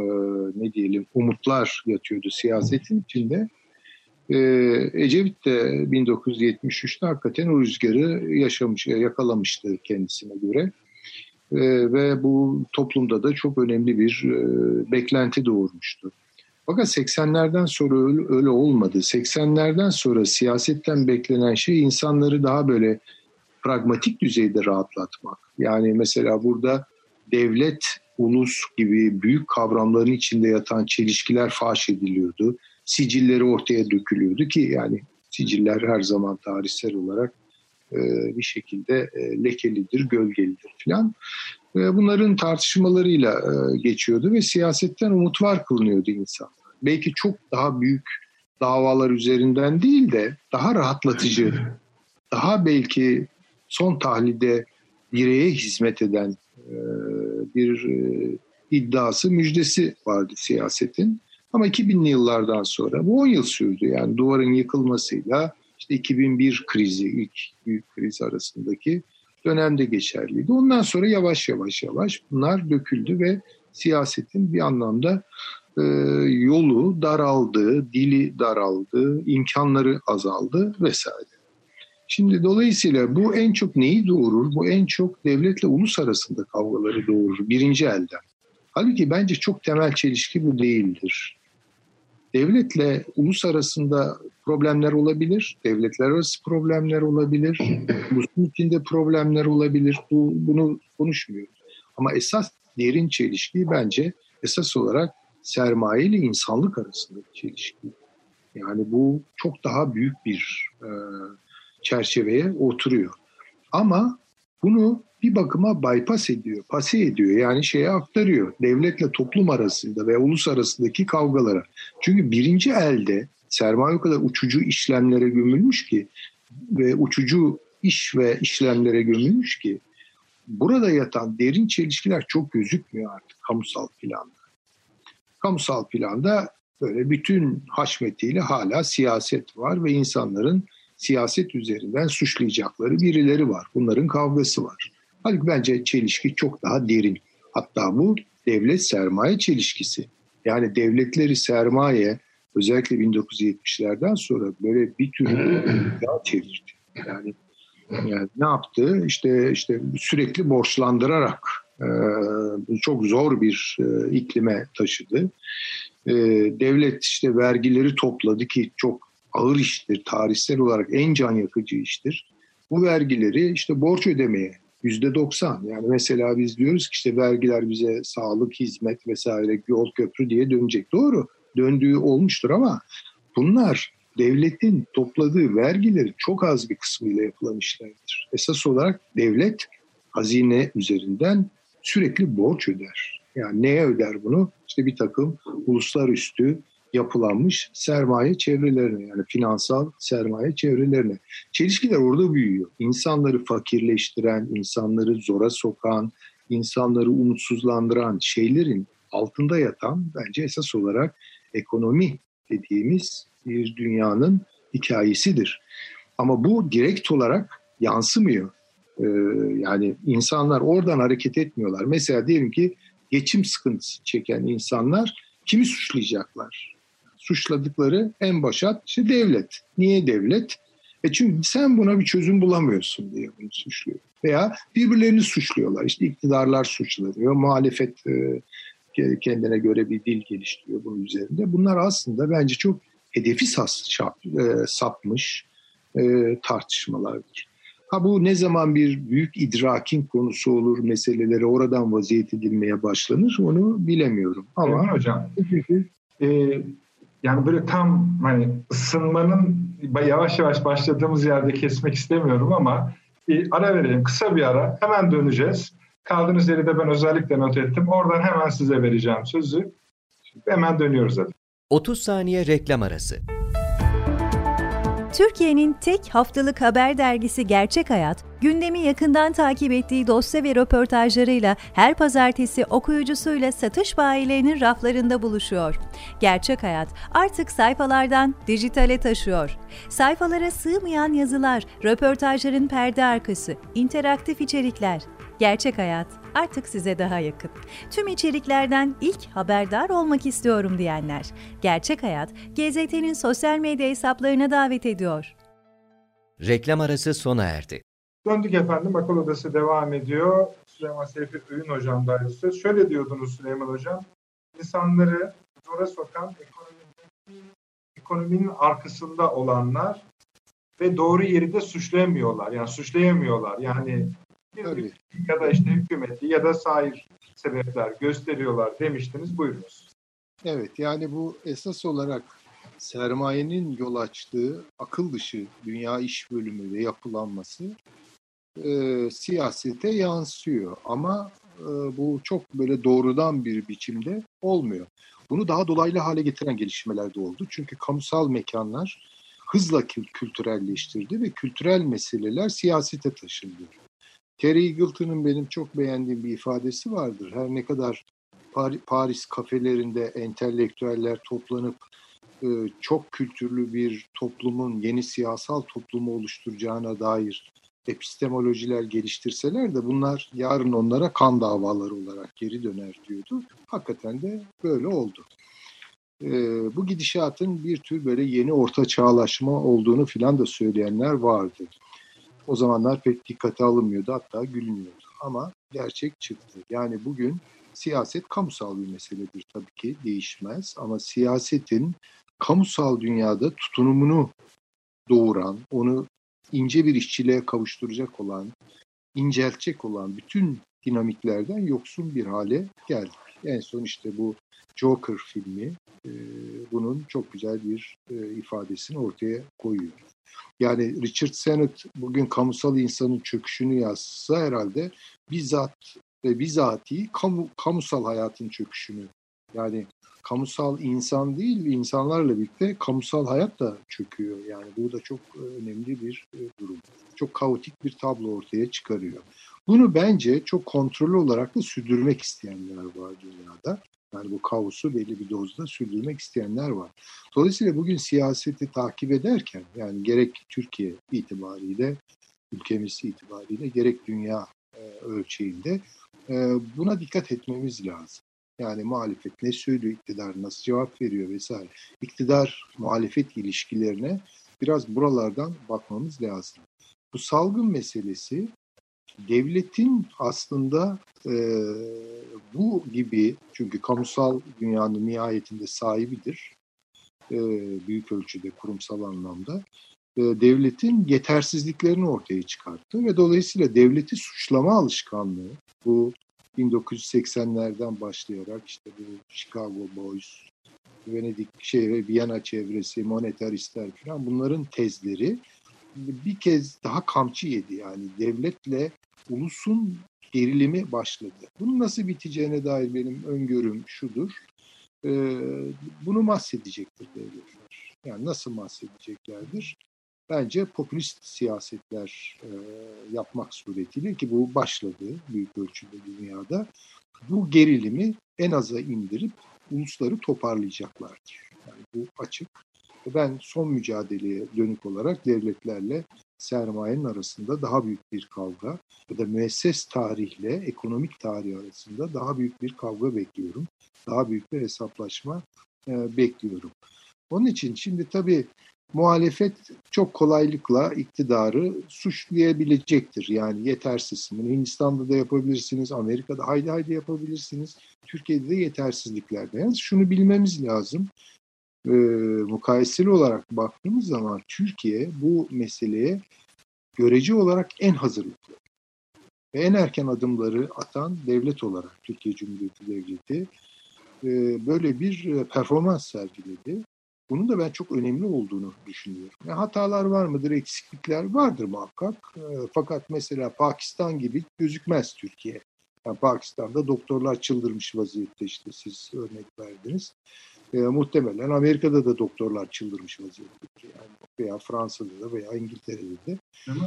umutlar yatıyordu siyasetin içinde. Ecevit de 1973'te hakikaten o rüzgarı yakalamıştı kendisine göre. Ve bu toplumda da çok önemli bir beklenti doğurmuştu. Fakat 80'lerden sonra öyle olmadı. 80'lerden sonra siyasetten beklenen şey insanları daha böyle pragmatik düzeyde rahatlatmak. Yani mesela burada devlet, ulus gibi büyük kavramların içinde yatan çelişkiler faş ediliyordu. Sicilleri ortaya dökülüyordu ki yani siciller her zaman tarihsel olarak bir şekilde lekelidir, gölgelidir filan. Bunların tartışmalarıyla geçiyordu ve siyasetten umutvar kılınıyordu insanlar. Belki çok daha büyük davalar üzerinden değil de daha rahatlatıcı, daha belki son tahlilde bireye hizmet eden bir iddiası, müjdesi vardı siyasetin. Ama 2000'li yıllardan sonra, bu 10 yıl sürdü yani duvarın yıkılmasıyla işte 2001 krizi, ilk büyük kriz arasındaki dönemde geçerliydi. Ondan sonra yavaş yavaş bunlar döküldü ve siyasetin bir anlamda yolu daraldı, dili daraldı, imkanları azaldı vesaire. Şimdi dolayısıyla bu en çok neyi doğurur? Bu en çok devletle ulus arasında kavgaları doğurur birinci elden. Halbuki bence çok temel çelişki bu değildir. Devletle ulus arasında problemler olabilir, devletler arası problemler olabilir, ulusun içinde problemler olabilir. Bunu konuşmuyoruz. Ama esas derin çelişki bence esas olarak sermaye ile insanlık arasındaki çelişki. Yani bu çok daha büyük bir çerçeveye oturuyor. Ama bunu bir bakıma bypass ediyor, pase ediyor. Yani şeye aktarıyor. Devletle toplum arasında ve ulus arasındaki kavgalara. Çünkü birinci elde sermaye o kadar uçucu işlemlere gömülmüş ki ve uçucu iş ve işlemlere gömülmüş ki burada yatan derin çelişkiler çok gözükmüyor artık kamusal planda. Kamusal planda böyle bütün haşmetiyle hala siyaset var ve insanların siyaset üzerinden suçlayacakları birileri var. Bunların kavgası var. Halbuki bence çelişki çok daha derin. Hatta bu devlet sermaye çelişkisi. Yani devletleri sermaye özellikle 1970'lerden sonra böyle bir tür daha çevirdi. Yani ne yaptı? İşte sürekli borçlandırarak çok zor bir iklime taşıdı. Devlet işte vergileri topladı ki çok ağır iştir, tarihsel olarak en can yakıcı iştir. Bu vergileri işte borç ödemeye %90. Yani mesela biz diyoruz ki işte vergiler bize sağlık, hizmet vesaire, yol, köprü diye dönecek. Doğru, döndüğü olmuştur ama bunlar devletin topladığı vergileri çok az bir kısmıyla yapılan işlerdir. Esas olarak devlet hazine üzerinden sürekli borç öder. Yani neye öder bunu? İşte bir takım uluslararası yapılanmış sermaye çevrelerine, yani finansal sermaye çevrelerine. Çelişkiler orada büyüyor. İnsanları fakirleştiren, insanları zora sokan, insanları umutsuzlandıran şeylerin altında yatan bence esas olarak ekonomi dediğimiz bir dünyanın hikayesidir. Ama bu direkt olarak yansımıyor. Yani insanlar oradan hareket etmiyorlar. Mesela diyelim ki geçim sıkıntısı çeken insanlar kimi suçlayacaklar? Suçladıkları en başat işte devlet. Niye devlet? Çünkü sen buna bir çözüm bulamıyorsun diye bunu suçluyor. Veya birbirlerini suçluyorlar. İşte iktidarlar suçlanıyor, muhalefet kendine göre bir dil geliştiriyor bunun üzerinde. Bunlar aslında bence çok hedefi sapmış tartışmalardır. Bu ne zaman bir büyük idrakin konusu olur, meselelere oradan vaziyet edilmeye başlanır onu bilemiyorum. Ama evet, hocam. Yani böyle tam hani ısınmanın yavaş yavaş başladığımız yerde kesmek istemiyorum ama bir ara verelim, kısa bir ara, hemen döneceğiz. Kaldığınız yeri de ben özellikle not ettim. Oradan hemen size vereceğim sözü. Hemen dönüyoruz hadi. 30 saniye reklam arası. Türkiye'nin tek haftalık haber dergisi Gerçek Hayat, gündemi yakından takip ettiği dosya ve röportajlarıyla her pazartesi okuyucusuyla satış bayilerinin raflarında buluşuyor. Gerçek Hayat artık sayfalardan dijitale taşıyor. Sayfalara sığmayan yazılar, röportajların perde arkası, interaktif içerikler. Gerçek Hayat artık size daha yakın. Tüm içeriklerden ilk haberdar olmak istiyorum diyenler. Gerçek Hayat, GZT'nin sosyal medya hesaplarına davet ediyor. Reklam arası sona erdi. Döndük efendim. Akıl Odası devam ediyor. Süleyman Seyfi Öğün Hocam'dan söz. Şöyle diyordunuz Süleyman Hocam. İnsanları zora sokan ekonominin arkasında olanlar ve doğru yeri de suçlayamıyorlar. Yani suçlayamıyorlar. Yani ya da işte hükümeti ya da sair sebepler gösteriyorlar demiştiniz. Buyurunuz. Evet, yani bu esas olarak sermayenin yol açtığı akıl dışı dünya iş bölümü ve yapılanması siyasete yansıyor. Ama bu çok böyle doğrudan bir biçimde olmuyor. Bunu daha dolaylı hale getiren gelişmeler de oldu. Çünkü kamusal mekanlar hızla kültürelleştirdi ve kültürel meseleler siyasete taşındı. Terry Eagleton'un benim çok beğendiğim bir ifadesi vardır. Her ne kadar Paris kafelerinde entelektüeller toplanıp çok kültürlü bir toplumun yeni siyasal toplumu oluşturacağına dair epistemolojiler geliştirseler de bunlar yarın onlara kan davaları olarak geri döner diyordu. Hakikaten de böyle oldu. Bu gidişatın bir tür böyle yeni orta çağlaşma olduğunu filan da söyleyenler vardı. O zamanlar pek dikkate alınmıyordu, hatta gülünüyordu. Ama gerçek çıktı. Yani bugün siyaset kamusal bir meseledir tabii ki, değişmez. Ama siyasetin kamusal dünyada tutunumunu doğuran, onu ince bir işçiliğe kavuşturacak olan, inceltecek olan bütün dinamiklerden yoksun bir hale geldik. En son işte bu Joker filmi bunun çok güzel bir ifadesini ortaya koyuyor. Yani Richard Sennett bugün kamusal insanın çöküşünü yazsa herhalde bizatihi kamusal hayatın çöküşünü, yani kamusal insan değil, insanlarla birlikte kamusal hayat da çöküyor. Yani bu da çok önemli bir durum. Çok kaotik bir tablo ortaya çıkarıyor. Bunu bence çok kontrollü olarak da sürdürmek isteyenler var dünyada. Yani bu kaosu belli bir dozda sürdürmek isteyenler var. Dolayısıyla bugün siyaseti takip ederken, yani gerek Türkiye itibariyle, ülkemiz itibariyle, gerek dünya ölçeğinde buna dikkat etmemiz lazım. Yani muhalefet ne söylüyor, iktidar nasıl cevap veriyor vesaire. İktidar muhalefet ilişkilerine biraz buralardan bakmamız lazım. Bu salgın meselesi devletin aslında bu gibi, çünkü kamusal dünyanın nihayetinde sahibidir, büyük ölçüde kurumsal anlamda, devletin yetersizliklerini ortaya çıkarttı ve dolayısıyla devleti suçlama alışkanlığı, bu 1980'lerden başlayarak işte bu Chicago Boys, Venedik Viyana çevresi, monetaristler falan, bunların tezleri bir kez daha kamçı yedi. Yani devletle ulusun gerilimi başladı. Bunun nasıl biteceğine dair benim öngörüm şudur. Bunu mahsedecektir devletler. Yani nasıl mahsedeceklerdir? Bence popülist siyasetler yapmak suretiyle, ki bu başladı büyük ölçüde dünyada, bu gerilimi en aza indirip ulusları toparlayacaklardır. Yani bu açık. Ben son mücadeleye dönük olarak devletlerle sermayenin arasında daha büyük bir kavga ya da müesses tarihle ekonomik tarih arasında daha büyük bir kavga bekliyorum. Daha büyük bir hesaplaşma bekliyorum. Onun için şimdi tabii muhalefet çok kolaylıkla iktidarı suçlayabilecektir. Yani yetersiz. Bunu Hindistan'da da yapabilirsiniz, Amerika'da haydi yapabilirsiniz. Türkiye'de de yetersizlikler. Yalnız şunu bilmemiz lazım. Mukayeseli olarak baktığımız zaman Türkiye bu meseleye görece olarak en hazırlıklı ve en erken adımları atan devlet olarak Türkiye Cumhuriyeti Devleti böyle bir performans sergiledi. Bunun da ben çok önemli olduğunu düşünüyorum. Yani hatalar var mıdır, eksiklikler vardır muhakkak. Fakat mesela Pakistan gibi gözükmez Türkiye. Yani Pakistan'da doktorlar çıldırmış vaziyette, işte siz örnek verdiniz. Muhtemelen Amerika'da da doktorlar çıldırmış vaziyettedir. Yani veya Fransa'da da veya İngiltere'de de.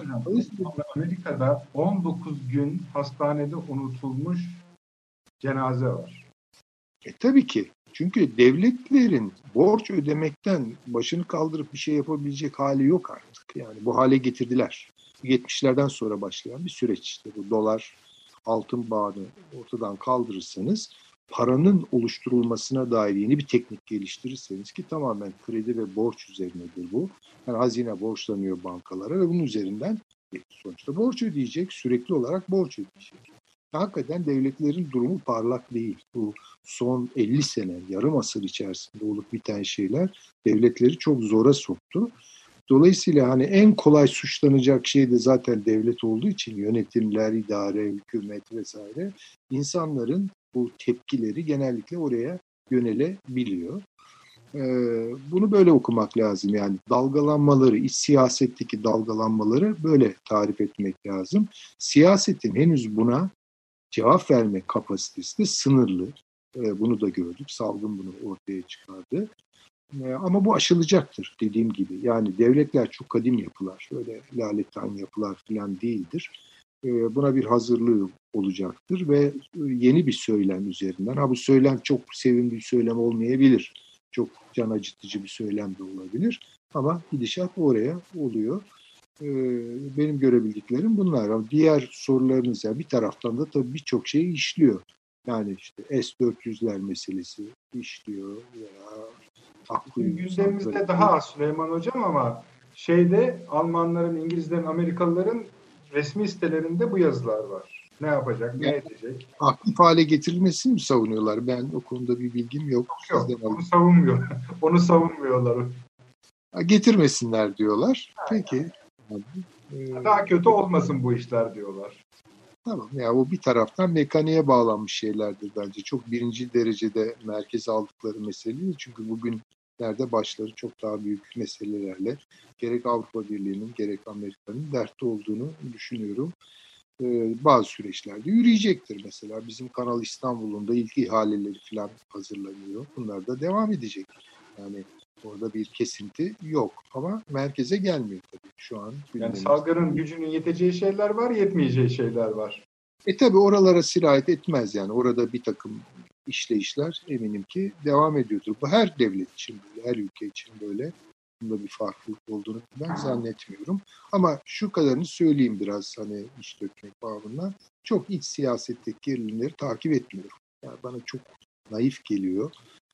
Amerika'da 19 gün hastanede unutulmuş cenaze var. Tabii ki. Çünkü devletlerin borç ödemekten başını kaldırıp bir şey yapabilecek hali yok artık. Yani bu hale getirdiler. 70'lerden sonra başlayan bir süreç işte bu dolar, altın bağını ortadan kaldırırsanız, paranın oluşturulmasına dair yeni bir teknik geliştirirseniz ki tamamen kredi ve borç üzerinedir bu. Yani hazine borçlanıyor bankalara ve bunun üzerinden sonuçta borç ödeyecek, sürekli olarak borç ödeyecek. Hakikaten devletlerin durumu parlak değil. Bu son 50 sene, yarım asır içerisinde olup biten şeyler devletleri çok zora soktu. Dolayısıyla hani en kolay suçlanacak şey de zaten devlet olduğu için yönetimler, idare, hükümet vesaire insanların bu tepkileri genellikle oraya yönelebiliyor. Bunu böyle okumak lazım yani dalgalanmaları, iç siyasetteki dalgalanmaları böyle tarif etmek lazım. Siyasetin henüz buna cevap verme kapasitesi de sınırlı. Bunu da gördük. Salgın bunu ortaya çıkardı. Ama bu aşılacaktır dediğim gibi. Yani devletler çok kadim yapılar. Öyle laletten yapılar falan değildir. Buna bir hazırlığı olacaktır ve yeni bir söylem üzerinden. Bu söylem çok sevimli bir söylem olmayabilir. Çok can acıtıcı bir söylem de olabilir. Ama gidişat oraya oluyor. Benim görebildiklerim bunlar. Ama diğer sorularınız bir taraftan da tabii birçok şeyi işliyor. Yani işte S-400'ler meselesi işliyor veya gündemimizde daha az Süleyman Hocam ama Almanların, İngilizlerin, Amerikalıların resmi sitelerinde bu yazılar var. Ne yapacak, ne edecek? Aktif hale getirilmesini mi savunuyorlar? Ben o konuda bir bilgim yok. Yok, onu savunmuyor. Onu savunmuyorlar. Getirmesinler diyorlar. Peki. Daha kötü olmasın bu işler diyorlar. Tamam ya o bir taraftan mekaniğe bağlanmış şeylerdir bence. Çok birinci derecede merkeze aldıkları mesele değil. Çünkü bugünlerde başları çok daha büyük meselelerle gerek Avrupa Birliği'nin gerek Amerika'nın dertte olduğunu düşünüyorum. Bazı süreçlerde yürüyecektir mesela. Bizim Kanal İstanbul'un da ilk ihaleleri falan hazırlanıyor. Bunlar da devam edecek. Yani orada bir kesinti yok ama merkeze gelmiyor tabii şu an. Yani salgının gücünün yeteceği şeyler var, yetmeyeceği şeyler var. Tabii oralara sirayet etmez yani. Orada bir takım işleyişler eminim ki devam ediyordur. Bu her devlet için böyle, her ülke için böyle. Bunda bir farklılık olduğunu ben zannetmiyorum. Ama şu kadarını söyleyeyim biraz hani iş dökmek bağımından. Çok iç siyasetteki gerilimleri takip etmiyorum. Yani bana çok naif geliyor.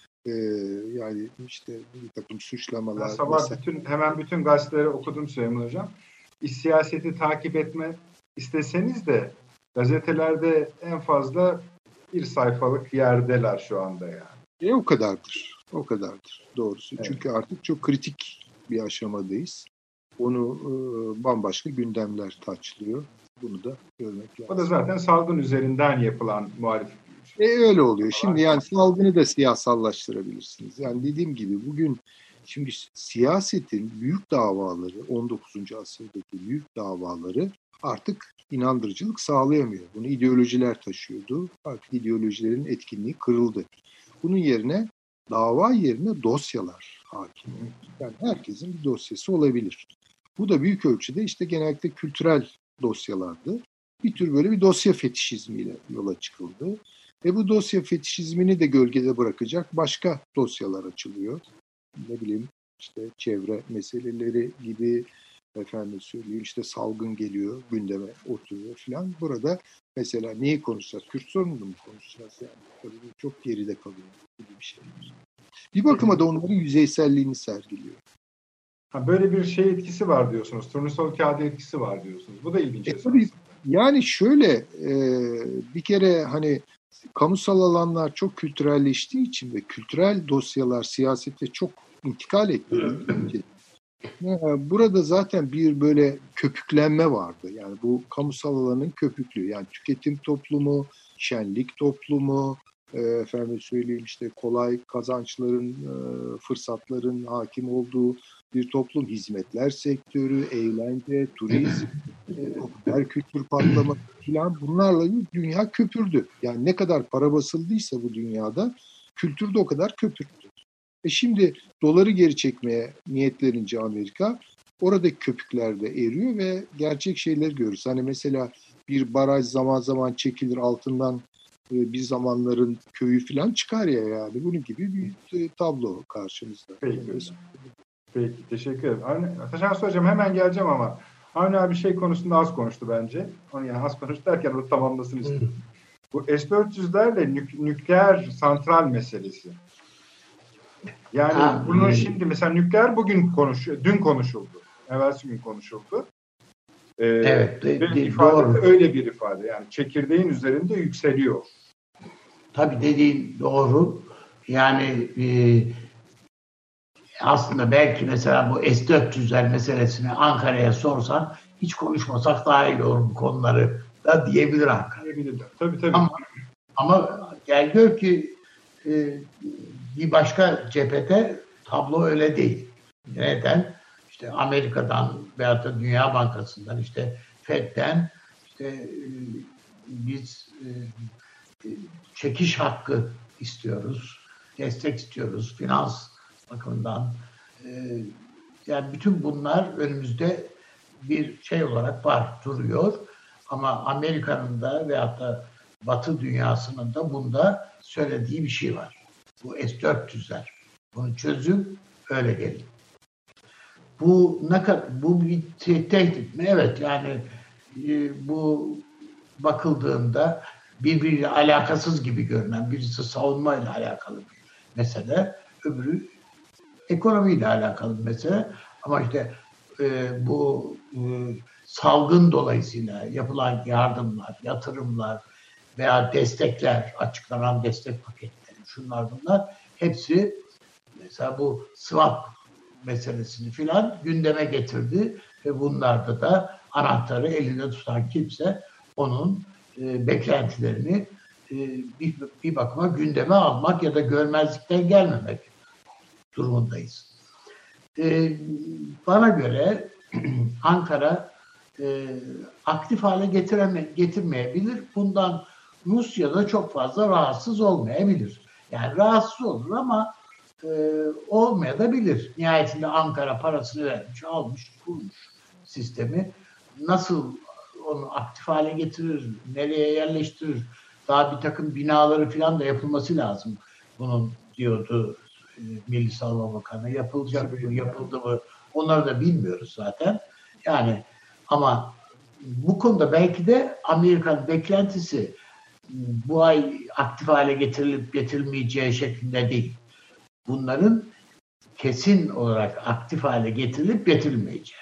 Yani işte bir takım suçlamalar. Ben sabah hemen bütün gazeteleri okudum Süleyman Hocam. İç siyaseti takip etme isteseniz de gazetelerde en fazla bir sayfalık yerdeler şu anda yani. O kadardır. O kadardır doğrusu. Evet. Çünkü artık çok kritik bir aşamadayız. Onu bambaşka gündemler taçlıyor. Bunu da görmek lazım. O da zaten salgın üzerinden yapılan muhalefet. Öyle oluyor. Şimdi yani salgını da siyasallaştırabilirsiniz. Yani dediğim gibi bugün şimdi siyasetin büyük davaları, 19. asırdaki büyük davaları artık inandırıcılık sağlayamıyor. Bunu ideolojiler taşıyordu. Artık ideolojilerin etkinliği kırıldı. Bunun yerine dava yerine dosyalar hakim. Yani herkesin bir dosyası olabilir. Bu da büyük ölçüde işte genellikle kültürel dosyalardı. Bir tür böyle bir dosya fetişizmiyle yola çıkıldı. Bu dosya fetişizmini de gölgede bırakacak başka dosyalar açılıyor. Ne bileyim işte çevre meseleleri gibi işte salgın geliyor gündeme oturuyor falan. Burada mesela neyi konuşacağız? Kürt sorununu mu konuşacağız yani? Tabii çok geride kalıyor gibi bir şey. Bir bakıma da onların yüzeyselliğini sergiliyor. Böyle bir etkisi var diyorsunuz. Turnusol kağıdı etkisi var diyorsunuz. Bu da ilginç. Tabii, yani şöyle bir kere hani kamusal alanlar çok kültürelleştiği için ve kültürel dosyalar siyasette çok intikal ettiği için burada zaten bir böyle köpüklenme vardı. Yani bu kamusal alanın köpüklüğü. Yani tüketim toplumu, şenlik toplumu, işte kolay kazançların, fırsatların hakim olduğu bir toplum, hizmetler sektörü, eğlence, turizm, popüler kültür patlaması falan bunlarla dünya köpürdü. Yani ne kadar para basıldıysa bu dünyada kültür de o kadar köpürdü. Şimdi doları geri çekmeye niyetlenince Amerika, oradaki köpükler de eriyor ve gerçek şeyleri görürüz. Hani mesela bir baraj zaman zaman çekilir, altından bir zamanların köyü falan çıkar ya, yani. Bunun gibi bir tablo karşımızda. Peki, teşekkür ederim. Taşansı Hocam hemen geleceğim ama Avni abi şey konusunda az konuştu bence. Onu yani az konuştu derken onu tamamlasın istiyorum. Bu S-400'lerle nükleer santral meselesi. Yani bunun şimdi mesela nükleer dün konuşuldu. Evvelsi gün konuşuldu. Evet, doğru. Öyle bir ifade. Yani çekirdeğin üzerinde yükseliyor. Tabii dediğin doğru. Yani aslında belki mesela bu S-400'ler meselesini Ankara'ya sorsan hiç konuşmasak daha iyi olur bu konuları da diyebilir Ankara. Tabii. Ama gel gör ki bir başka cephede tablo öyle değil. Neden? İşte Amerika'dan veyahut da Dünya Bankası'ndan, işte Fed'den biz çekiş hakkı istiyoruz, destek istiyoruz, finans bakımından. Yani bütün bunlar önümüzde bir şey olarak var, duruyor. Ama Amerika'nın da veyahut da Batı dünyasının da bunda söylediği bir şey var. Bu S-400'ler. Bunu çözüm öyle gelin. Bu bir tehdit mi? Evet, yani bu bakıldığında birbiriyle alakasız gibi görünen, birisi savunmayla alakalı bir mesele, öbürü ekonomiyle alakalı bir mesele. Ama işte bu salgın dolayısıyla yapılan yardımlar, yatırımlar veya destekler, açıklanan destek paketleri, şunlar bunlar hepsi mesela bu swap meselesini filan gündeme getirdi ve bunlarda da anahtarı elinde tutan kimse onun beklentilerini bir bakıma gündeme almak ya da görmezlikten gelmemek durumundayız. Bana göre Ankara aktif hale getirmeyebilir. Bundan Rusya da çok fazla rahatsız olmayabilir. Yani rahatsız olur ama olmayabilir. Nihayetinde Ankara parasını vermiş, almış, kurmuş sistemi. Nasıl onu aktif hale getirir, nereye yerleştirir, daha bir takım binaları falan da yapılması lazım. Bunun diyordu Milli Savunma Bakanı. Yapılacak mı, yapıldı mı, onları da bilmiyoruz zaten. Yani ama bu konuda belki de Amerika'nın beklentisi bu ay aktif hale getirilip getirilmeyeceği şeklinde değil. Bunların kesin olarak aktif hale getirilip getirilmeyeceği.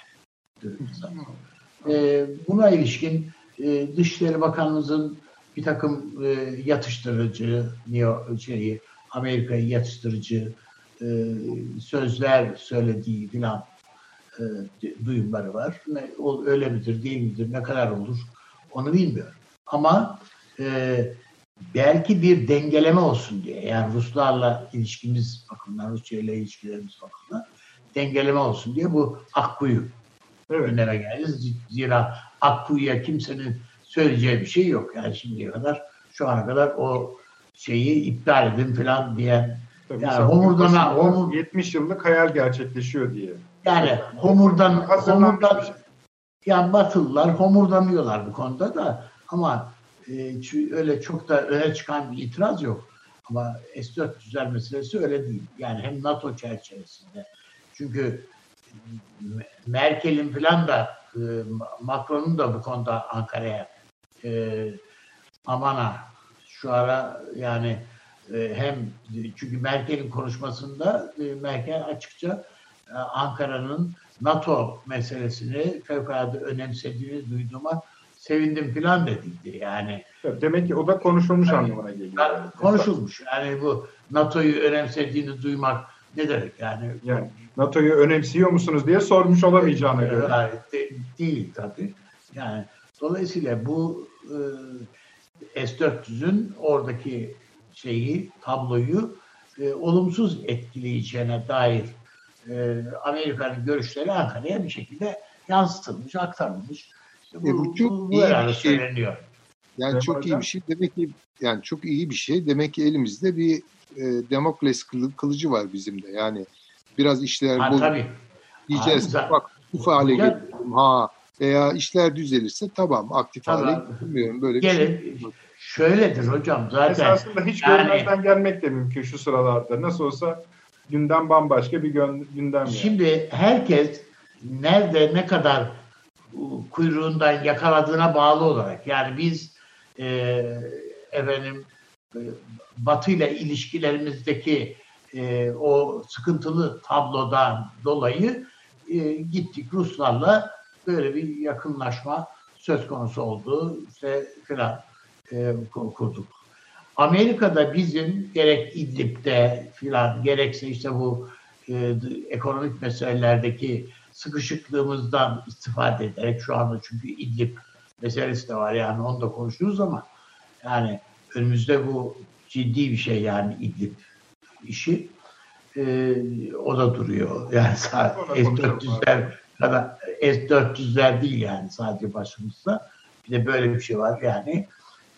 Buna ilişkin Dışişleri Bakanımızın bir takım yatıştırıcı, Amerika'yı yatıştırıcı sözler söylediği filan duyumları var. Öyle midir, değil midir, ne kadar olur onu bilmiyorum. Ama belki bir dengeleme olsun diye, yani Ruslarla ilişkimiz bakımından, Rusya ile ilişkilerimiz bakımından dengeleme olsun diye bu Akkuyu gündeme geldi. Zira Akkuyu'ya kimsenin söyleyeceği bir şey yok. Yani şimdiye kadar, şu ana kadar o şeyi iptal edin falan diyen, yani homurdan 70 yıllık hayal gerçekleşiyor diye. Yani homurdan yani Batılılar homurdanıyorlar bu konuda da, ama öyle çok da öne çıkan bir itiraz yok. Ama S-400'ler meselesi öyle değil. Yani hem NATO çerçevesinde. Çünkü Merkel'in falan da Macron'un da bu konuda Ankara'ya amana şu ara, yani hem çünkü Merkel'in konuşmasında Merkel açıkça Ankara'nın NATO meselesini fevkalade önemsediğini duyduğuma sevindim filan dediydi yani. Demek ki o da konuşulmuş anlamına geliyor. Konuşulmuş. Yani bu NATO'yu önemsediğini duymak ne demek yani? Yani NATO'yu önemsiyor musunuz diye sormuş olamayacağına göre. Değil tabii. Yani dolayısıyla bu S-400'ün oradaki tabloyu olumsuz etkileyeceğine dair Amerika'nın görüşleri Ankara'ya bir şekilde yansıtılmış, aktarılmış. Bu çok iyi bir şey. Yani çok iyi bir şey. Demek ki, yani çok iyi bir şey. Demek ki elimizde bir Damokles kılıcı var bizim de. Yani biraz işler tabii. diyeceğiz. Bak aktif hale getirelim. Veya işler düzelirse tamam aktif hale getirmiyorum. Böyle bir şey. Şöyledir hocam zaten. Esasında hiç görmezden gelmek de mümkün şu sıralarda. Nasıl olsa gündem bambaşka bir gündem. Şimdi herkes nerede ne kadar kuyruğundan yakaladığına bağlı olarak. Yani biz Batı ile ilişkilerimizdeki o sıkıntılı tablodan dolayı gittik Ruslarla böyle bir yakınlaşma söz konusu oldu filan kurduk. Amerika'da bizim gerek İdlib'de filan gerekse işte bu ekonomik meselelerdeki sıkışıklığımızdan istifade ederek şu anda çünkü İdlib meselesi de var yani onu da konuşuruz ama yani önümüzde bu ciddi bir şey yani İdlib işi o da duruyor yani S-400'ler kadar S-400'ler değil yani sadece başımızda bir de böyle bir şey var yani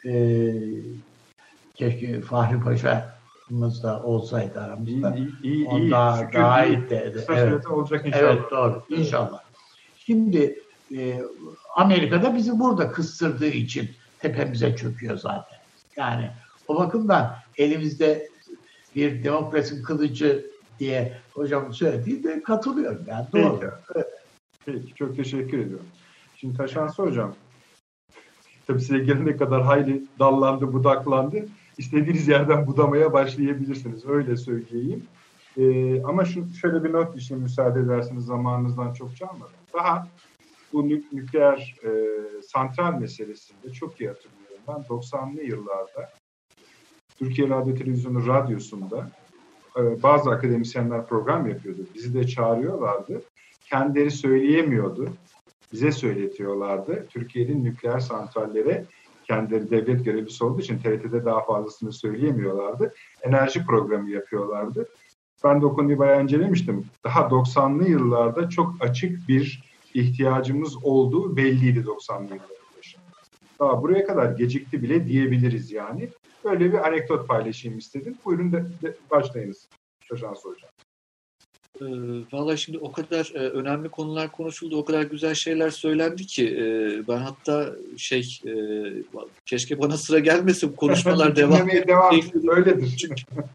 keşke Fahri Paşa'mız da olsaydı aramızda. İyi. Daha iyi de. Evet. Olacak inşallah. Evet doğru. İnşallah. Şimdi Amerika'da bizi burada kıstırdığı için tepemize çöküyor zaten. Yani o bakımdan elimizde bir demokrasi kılıcı diye hocamın söylediği de katılıyorum. Yani doğru. Peki. Çok teşekkür ediyorum. Şimdi Taşansı hocam tabii size gelene kadar hayli dallandı, budaklandı. İstediğiniz yerden budamaya başlayabilirsiniz. Öyle söyleyeyim. Ama şöyle bir not düşeyim müsaade ederseniz zamanınızdan çok çalmadan. Daha bu nükleer santral meselesinde çok iyi hatırlıyorum. Ben 90'lı yıllarda Türkiye Radyo Televizyonu Radyosu'nda bazı akademisyenler program yapıyordu. Bizi de çağırıyorlardı. Kendileri söyleyemiyordu. Bize söyletiyorlardı. Türkiye'nin nükleer santrallere kendileri devlet görevlisi olduğu için TRT'de daha fazlasını söyleyemiyorlardı. Enerji programı yapıyorlardı. Ben de o konuyu bayağı incelemiştim. Daha 90'lı yıllarda çok açık bir ihtiyacımız olduğu belliydi 90'lı yılların başında. Daha buraya kadar gecikti bile diyebiliriz yani. Böyle bir anekdot paylaşayım istedim. Buyurun başlayınız Taşansı hocam. Vallahi şimdi o kadar önemli konular konuşuldu, o kadar güzel şeyler söylendi ki ben hatta keşke bana sıra gelmesin, konuşmalar devam öyledir.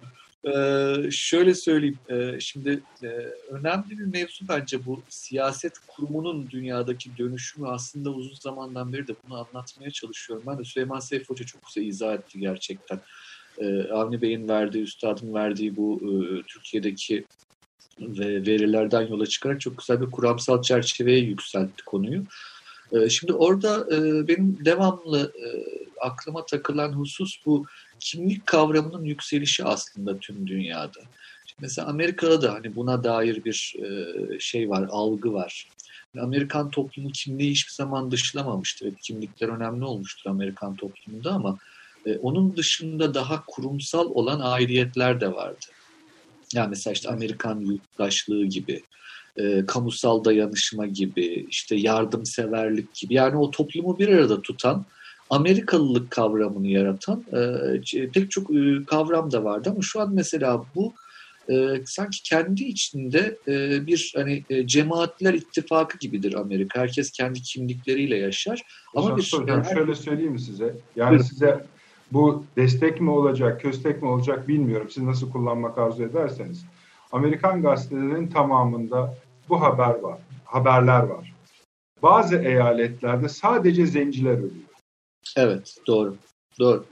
Şöyle söyleyeyim, şimdi önemli bir mevzu bence bu siyaset kurumunun dünyadaki dönüşümü aslında uzun zamandan beri de bunu anlatmaya çalışıyorum. Ben de Süleyman Seyfi Hoca çok güzel izah etti gerçekten. Avni Bey'in verdiği, üstadın verdiği bu Türkiye'deki ve verilerden yola çıkarak çok güzel bir kuramsal çerçeveye yükseltti konuyu. Şimdi orada benim devamlı aklıma takılan husus bu kimlik kavramının yükselişi aslında tüm dünyada. Şimdi mesela Amerika'da da hani buna dair bir şey var, algı var. Amerikan toplumu kimliği hiçbir zaman dışlamamıştır. Evet, kimlikler önemli olmuştur Amerikan toplumunda ama onun dışında daha kurumsal olan aidiyetler de vardı. Yani mesela işte Amerikan yurttaşlığı gibi, kamusal dayanışma gibi, işte yardımseverlik gibi. Yani o toplumu bir arada tutan, Amerikalılık kavramını yaratan pek çok kavram da vardı. Ama şu an mesela bu sanki kendi içinde bir hani cemaatler ittifakı gibidir Amerika. Herkes kendi kimlikleriyle yaşar. Ama hocam, şöyle söyleyeyim mi size? Yani size bu destek mi olacak, köstek mi olacak bilmiyorum. Siz nasıl kullanmak arzu ederseniz. Amerikan gazetelerinin tamamında bu haberler var. Bazı eyaletlerde sadece zenciler ölüyor. Evet, doğru.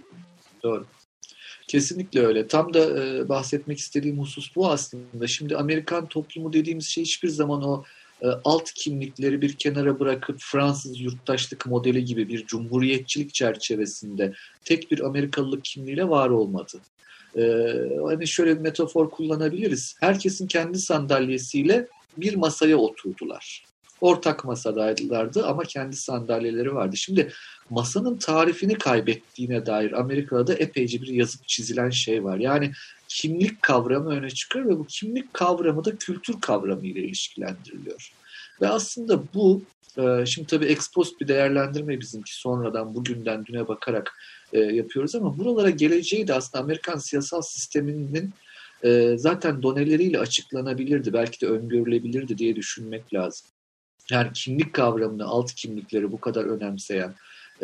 Kesinlikle öyle. Tam da bahsetmek istediğim husus bu aslında. Şimdi Amerikan toplumu dediğimiz şey hiçbir zaman o alt kimlikleri bir kenara bırakıp Fransız yurttaşlık modeli gibi bir cumhuriyetçilik çerçevesinde tek bir Amerikalılık kimliğiyle var olmadı. Hani şöyle bir metafor kullanabiliriz. Herkesin kendi sandalyesiyle bir masaya oturdular. Ortak masadaydılardı ama kendi sandalyeleri vardı. Şimdi masanın tarifini kaybettiğine dair Amerika'da epeyce bir yazıp çizilen şey var. Yani kimlik kavramı öne çıkıyor ve bu kimlik kavramı da kültür kavramı ile ilişkilendiriliyor. Ve aslında bu, şimdi tabii ex post bir değerlendirme bizimki sonradan bugünden düne bakarak yapıyoruz ama buralara geleceği de aslında Amerikan siyasal sisteminin zaten doneleriyle açıklanabilirdi, belki de öngörülebilirdi diye düşünmek lazım. Yani kimlik kavramını, alt kimlikleri bu kadar önemseyen,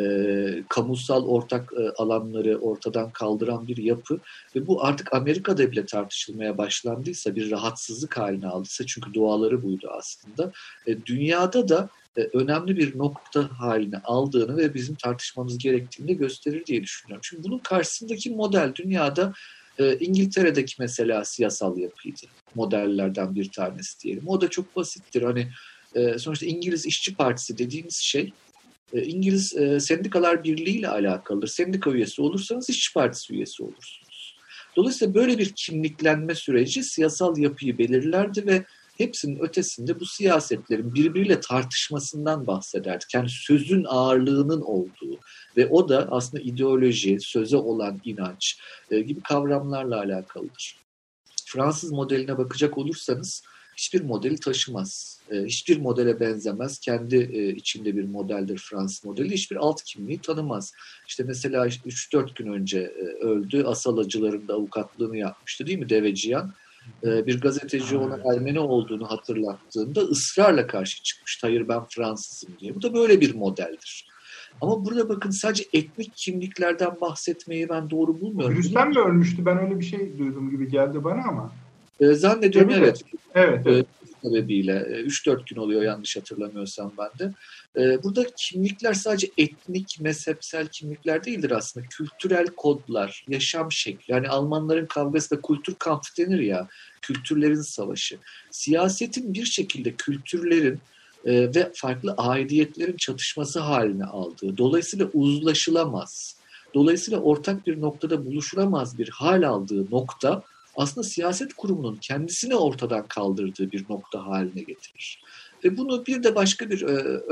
kamusal ortak alanları ortadan kaldıran bir yapı ve bu artık Amerika'da bile tartışılmaya başlandıysa, bir rahatsızlık haline aldıysa, çünkü duaları buydu aslında, dünyada da önemli bir nokta haline aldığını ve bizim tartışmamız gerektiğini de gösterir diye düşünüyorum. Şimdi bunun karşısındaki model dünyada İngiltere'deki mesela siyasal yapıydı. Modellerden bir tanesi diyelim. O da çok basittir. Hani sonuçta İngiliz İşçi Partisi dediğimiz şey İngiliz Sendikalar Birliği ile alakalıdır. Sendika üyesi olursanız İşçi Partisi üyesi olursunuz. Dolayısıyla böyle bir kimliklenme süreci siyasal yapıyı belirlerdi ve hepsinin ötesinde bu siyasetlerin birbiriyle tartışmasından bahsederdik. Yani sözün ağırlığının olduğu ve o da aslında ideoloji, söze olan inanç gibi kavramlarla alakalıdır. Fransız modeline bakacak olursanız hiçbir modeli taşımaz. Hiçbir modele benzemez. Kendi içinde bir modeldir Fransız modeli. Hiçbir alt kimliği tanımaz. İşte mesela 3-4 gün önce öldü. Asalacıların da avukatlığını yapmıştı değil mi Deveciyan? Bir gazeteci ona Ermeni olduğunu hatırlattığında ısrarla karşı çıkmıştı. Hayır, ben Fransızım diye. Bu da böyle bir modeldir. Ama burada bakın, sadece etnik kimliklerden bahsetmeyi ben doğru bulmuyorum. Rüstem mi ölmüştü? Ben öyle bir şey duydum gibi geldi bana ama. Zannediyorum evet. Evet. Sebebiyle 3-4 gün oluyor yanlış hatırlamıyorsam ben de. Burada kimlikler sadece etnik, mezhepsel kimlikler değildir aslında. Kültürel kodlar, yaşam şekli. Yani Almanların kavgası da Kulturkampf denir ya, kültürlerin savaşı. Siyasetin bir şekilde kültürlerin ve farklı aidiyetlerin çatışması haline aldığı, dolayısıyla uzlaşılamaz, dolayısıyla ortak bir noktada buluşulamaz bir hal aldığı nokta aslında siyaset kurumunun kendisini ortadan kaldırdığı bir nokta haline getirir. Ve bunu bir de başka bir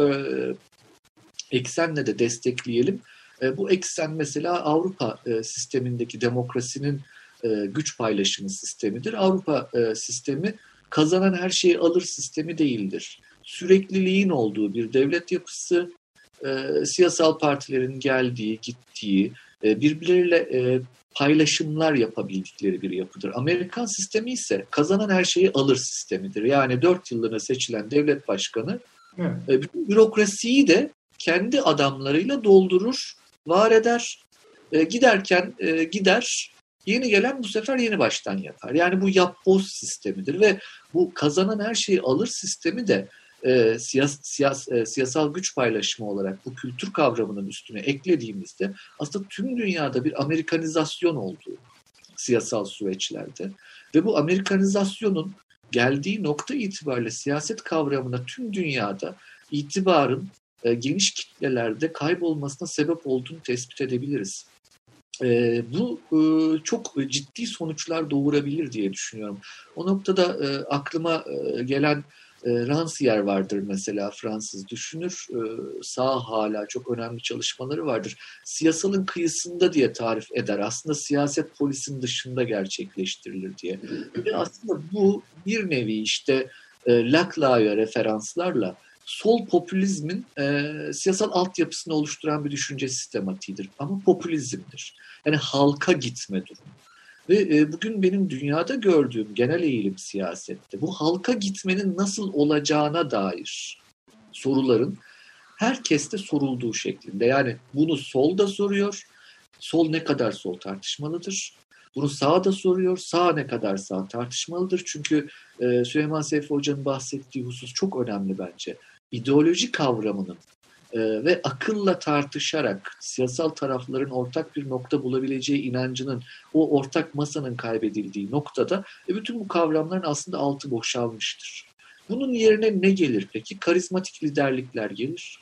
eksenle de destekleyelim. Bu eksen mesela Avrupa sistemindeki demokrasinin güç paylaşımı sistemidir. Avrupa sistemi kazanan her şeyi alır sistemi değildir. Sürekliliğin olduğu bir devlet yapısı, siyasal partilerin geldiği, gittiği, birbirleriyle paylaşımlar yapabildikleri bir yapıdır. Amerikan sistemi ise kazanan her şeyi alır sistemidir. Yani 4 yıllığına seçilen devlet başkanı bütün bürokrasiyi de kendi adamlarıyla doldurur, var eder. Giderken gider, yeni gelen bu sefer yeni baştan yapar. Yani bu yapboz sistemidir ve bu kazanan her şeyi alır sistemi de siyasal güç paylaşımı olarak bu kültür kavramının üstüne eklediğimizde aslında tüm dünyada bir Amerikanizasyon olduğu siyasal süreçlerde ve bu Amerikanizasyonun geldiği nokta itibariyle siyaset kavramına tüm dünyada itibarın geniş kitlelerde kaybolmasına sebep olduğunu tespit edebiliriz. Bu çok ciddi sonuçlar doğurabilir diye düşünüyorum. O noktada aklıma gelen Rancière vardır mesela, Fransız düşünür. Sağ hala çok önemli çalışmaları vardır. Siyasalın kıyısında diye tarif eder. Aslında siyaset polisin dışında gerçekleştirilir diye. Ve aslında bu bir nevi işte Laclau'ya referanslarla sol popülizmin siyasal altyapısını oluşturan bir düşünce sistematiğidir. Ama popülizmdir. Yani halka gitme durumu. Ve bugün benim dünyada gördüğüm genel eğilim siyasette bu halka gitmenin nasıl olacağına dair soruların herkeste sorulduğu şeklinde. Yani bunu sol da soruyor, sol ne kadar sol tartışmalıdır. Bunu sağ da soruyor, sağ ne kadar sağ tartışmalıdır. Çünkü Süleyman Seyfi Hoca'nın bahsettiği husus çok önemli bence. İdeoloji kavramının ve akılla tartışarak siyasal tarafların ortak bir nokta bulabileceği inancının o ortak masanın kaybedildiği noktada bütün bu kavramların aslında altı boşalmıştır. Bunun yerine ne gelir peki? Karizmatik liderlikler gelir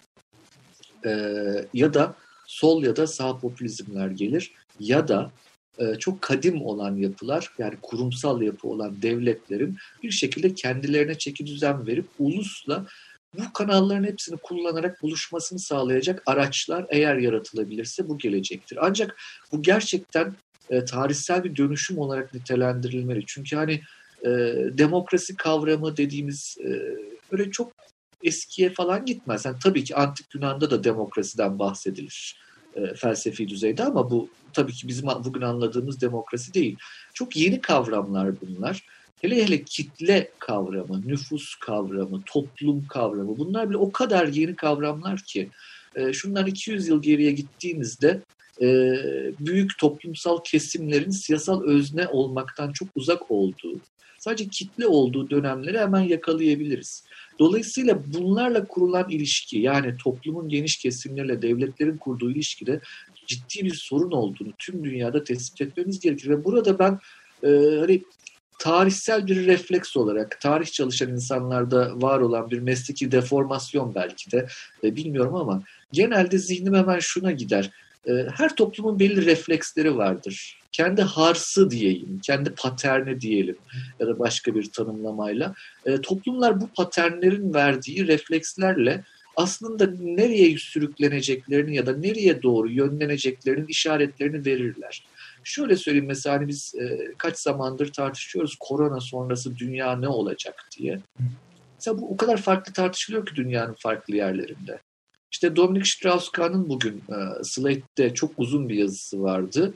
ya da sol ya da sağ popülizmler gelir ya da çok kadim olan yapılar, yani kurumsal yapı olan devletlerin bir şekilde kendilerine çekidüzen verip ulusla bu kanalların hepsini kullanarak buluşmasını sağlayacak araçlar eğer yaratılabilirse bu gelecektir. Ancak bu gerçekten tarihsel bir dönüşüm olarak nitelendirilmeli. Çünkü hani demokrasi kavramı dediğimiz böyle çok eskiye falan gitmez. Yani tabii ki Antik Yunan'da da demokrasiden bahsedilir. felsefi düzeyde, ama bu tabii ki bizim bugün anladığımız demokrasi değil. Çok yeni kavramlar bunlar. Hele hele kitle kavramı, nüfus kavramı, toplum kavramı, bunlar bile o kadar yeni kavramlar ki şundan 200 yıl geriye gittiğinizde büyük toplumsal kesimlerin siyasal özne olmaktan çok uzak olduğu, sadece kitle olduğu dönemleri hemen yakalayabiliriz. Dolayısıyla bunlarla kurulan ilişki, yani toplumun geniş kesimlerle devletlerin kurduğu ilişkide ciddi bir sorun olduğunu tüm dünyada tespit etmemiz gerekir. Ve burada ben hani tarihsel bir refleks olarak, tarih çalışan insanlarda var olan bir mesleki deformasyon belki de, bilmiyorum ama genelde zihnim hemen şuna gider. Her toplumun belli refleksleri vardır. Kendi harsı diyeyim, kendi paterni diyelim ya da başka bir tanımlamayla. Toplumlar bu paternlerin verdiği reflekslerle aslında nereye sürükleneceklerini ya da nereye doğru yönleneceklerinin işaretlerini verirler. Şöyle söyleyeyim, mesela hani biz kaç zamandır tartışıyoruz korona sonrası dünya ne olacak diye. Mesela bu o kadar farklı tartışılıyor ki dünyanın farklı yerlerinde. İşte Dominic Strauss-Kahn'ın bugün Slate'de çok uzun bir yazısı vardı.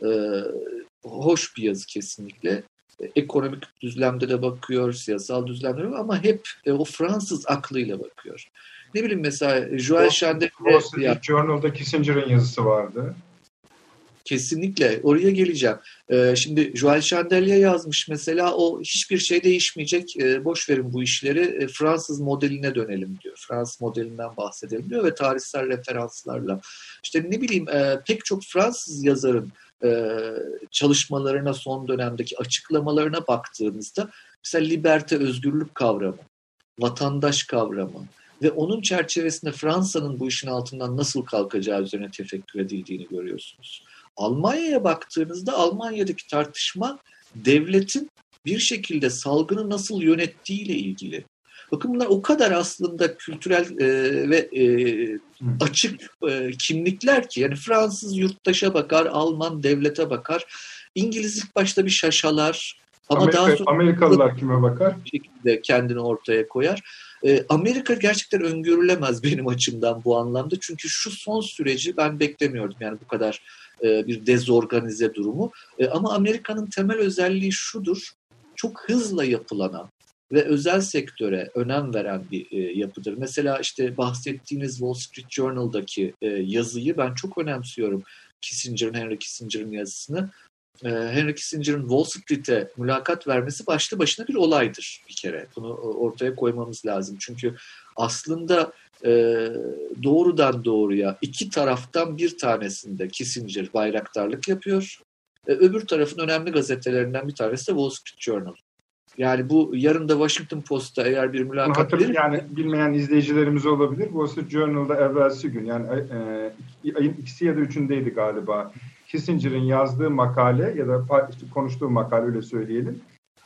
Hoş bir yazı kesinlikle. Ekonomik düzlemde de bakıyor, siyasal düzlemde de bakıyor ama hep o Fransız aklıyla bakıyor. Ne bileyim mesela Joel Chandel'de... Wall Street Journal'da Kissinger'ın yazısı vardı. Kesinlikle oraya geleceğim. Şimdi Joel Chandelier yazmış mesela, o hiçbir şey değişmeyecek, boş verin bu işleri, Fransız modeline dönelim diyor. Fransız modelinden bahsedelim diyor ve tarihsel referanslarla. İşte ne bileyim pek çok Fransız yazarın çalışmalarına, son dönemdeki açıklamalarına baktığımızda mesela liberté, özgürlük kavramı, vatandaş kavramı ve onun çerçevesinde Fransa'nın bu işin altından nasıl kalkacağı üzerine tefekkür edildiğini görüyorsunuz. Almanya'ya baktığınızda Almanya'daki tartışma devletin bir şekilde salgını nasıl yönettiğiyle ilgili. Bakın bunlar o kadar aslında kültürel ve açık kimlikler ki, yani Fransız yurttaşa bakar, Alman devlete bakar, İngiliz ilk başta bir şaşalar ama daha sonra Amerikalılar kime bakar? Bir şekilde kendini ortaya koyar. Amerika gerçekten öngörülemez benim açımdan bu anlamda, çünkü şu son süreci ben beklemiyordum, yani bu kadar bir dezorganize durumu. Ama Amerika'nın temel özelliği şudur: çok hızla yapılanan ve özel sektöre önem veren bir yapıdır. Mesela işte bahsettiğiniz Wall Street Journal'daki yazıyı ben çok önemsiyorum. Henry Kissinger'ın yazısını. Henry Kissinger'ın Wall Street'e mülakat vermesi başlı başına bir olaydır bir kere. Bunu ortaya koymamız lazım. Çünkü aslında doğrudan doğruya iki taraftan bir tanesinde Kissinger bayraktarlık yapıyor. Öbür tarafın önemli gazetelerinden bir tanesi de Wall Street Journal. Yani bu yarın da Washington Post'ta eğer bir mülakat verir... Yani bilmeyen izleyicilerimiz olabilir. Wall Street Journal'da evvelsi gün, yani ayın 2'si ya da 3'ündeydi galiba, Kissinger'ın yazdığı makale ya da işte konuştuğu makale, öyle söyleyelim.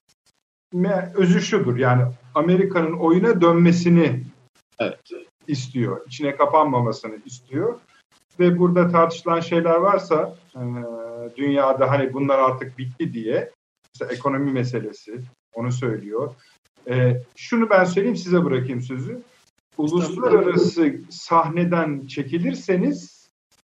Özü şudur: yani Amerika'nın oyuna dönmesini istiyor. İçine kapanmamasını istiyor. Ve burada tartışılan şeyler varsa dünyada, hani bunlar artık bitti diye, mesela ekonomi meselesi, onu söylüyor. Şunu ben söyleyeyim, size bırakayım sözü. Uluslararası sahneden çekilirseniz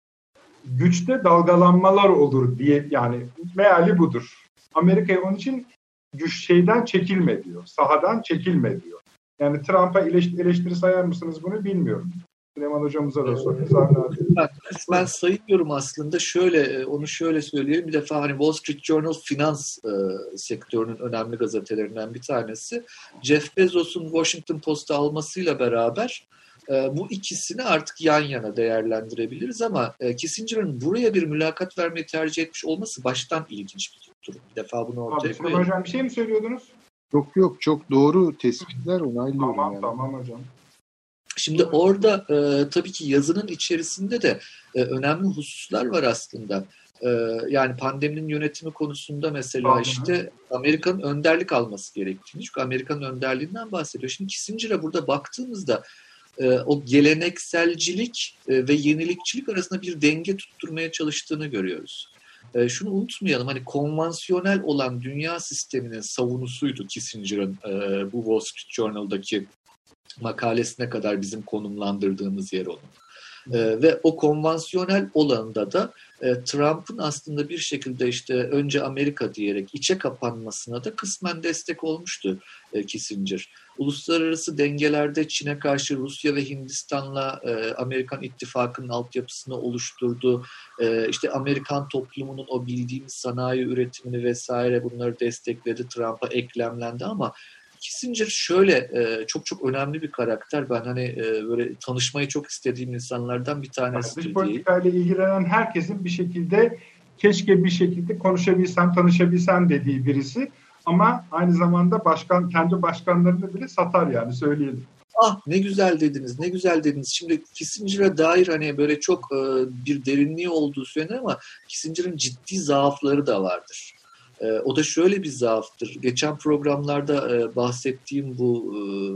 güçte dalgalanmalar olur diye, yani meali budur. Amerika'ya onun için güç şeyden çekilme diyor, sahadan çekilme diyor. Yani Trump'a eleştiri sayar mısınız bunu bilmiyorum. Süleyman hocamıza da sorayım. Ben sayıyorum aslında. Onu şöyle söyleyelim. Bir defa hani Wall Street Journal finans sektörünün önemli gazetelerinden bir tanesi. Jeff Bezos'un Washington Post'u almasıyla beraber bu ikisini artık yan yana değerlendirebiliriz ama Kissinger'ın buraya bir mülakat vermeyi tercih etmiş olması baştan ilginç bir durum. Bir defa bunu ortaya koyalım. Hocam bir şey mi söylüyordunuz? Yok, çok doğru tespitler, onaylıyorum. Tamam hocam. Şimdi orada tabii ki yazının içerisinde de önemli hususlar var aslında. Yani pandeminin yönetimi konusunda mesela işte Amerika'nın önderlik alması gerektiğini, çünkü Amerika'nın önderliğinden bahsediyor. Şimdi Kissinger'a burada baktığımızda o gelenekselcilik ve yenilikçilik arasında bir denge tutturmaya çalıştığını görüyoruz. Şunu unutmayalım, hani konvansiyonel olan dünya sisteminin savunusuydu Kissinger'ın bu Wall Street Journal'daki makalesine kadar bizim konumlandırdığımız yer onun. Ve o konvansiyonel olanda da Trump'ın aslında bir şekilde işte önce Amerika diyerek içe kapanmasına da kısmen destek olmuştu Kissinger. Uluslararası dengelerde Çin'e karşı Rusya ve Hindistan'la Amerikan ittifakının altyapısını oluşturdu. İşte Amerikan toplumunun o bildiğimiz sanayi üretimini vesaire bunları destekledi. Trump'a eklemlendi ama Kissinger şöyle çok çok önemli bir karakter. Ben hani böyle tanışmayı çok istediğim insanlardan bir tanesidir dış politikayla ilgilenen herkesin bir şekilde keşke bir şekilde konuşabilsem, tanışabilsem dediği birisi. Ama aynı zamanda kendi başkanlarını bile satar yani söyleyelim. Ah ne güzel dediniz, ne güzel dediniz. Şimdi Kissinger'a dair hani böyle çok bir derinliği olduğu söylenir ama Kissinger'ın ciddi zaafları da vardır. O da şöyle bir zaaftır. Geçen programlarda bahsettiğim bu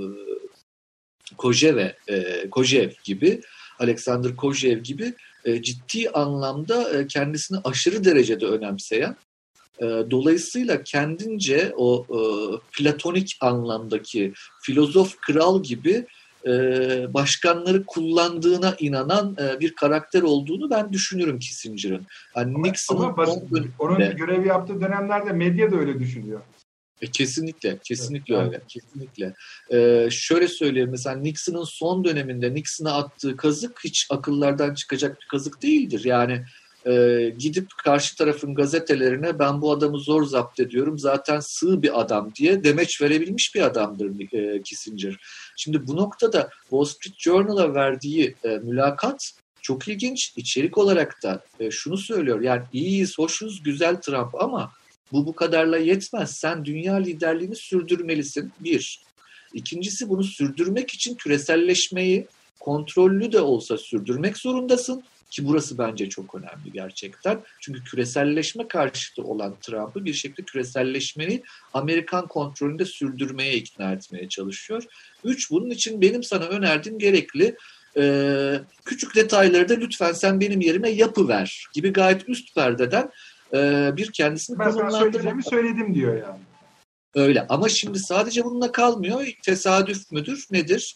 Kojev gibi, Alexander Kojev gibi ciddi anlamda kendisini aşırı derecede önemseyen, dolayısıyla kendince o platonik anlamdaki filozof kral gibi başkanları kullandığına inanan bir karakter olduğunu ben düşünürüm Kissinger'ın. Yani Nixon'ın onun görev yaptığı dönemlerde medya da öyle düşünüyor. Kesinlikle evet. Öyle. Kesinlikle. Şöyle söyleyeyim, mesela Nixon'ın son döneminde Nixon'a attığı kazık hiç akıllardan çıkacak bir kazık değildir. Yani gidip karşı tarafın gazetelerine ben bu adamı zor zapt ediyorum zaten sığ bir adam diye demeç verebilmiş bir adamdır Kissinger. Şimdi bu noktada Wall Street Journal'a verdiği mülakat çok ilginç. İçerik olarak da şunu söylüyor, yani iyiyiz, hoşuz, güzel Trump ama bu kadarla yetmez. Sen dünya liderliğini sürdürmelisin. Bir. İkincisi, bunu sürdürmek için küreselleşmeyi kontrollü de olsa sürdürmek zorundasın. Ki burası bence çok önemli gerçekten. Çünkü küreselleşme karşıtı olan Trump'ı bir şekilde küreselleşmeyi Amerikan kontrolünde sürdürmeye ikna etmeye çalışıyor. 3. Bunun için benim sana önerdiğim gerekli küçük detayları da lütfen sen benim yerime yapıver gibi gayet üst perdeden bir kendisini konumlandırmak. Ben sana söyleyeceğimi söyledim diyor yani. Öyle ama şimdi sadece bununla kalmıyor. Tesadüf müdür nedir?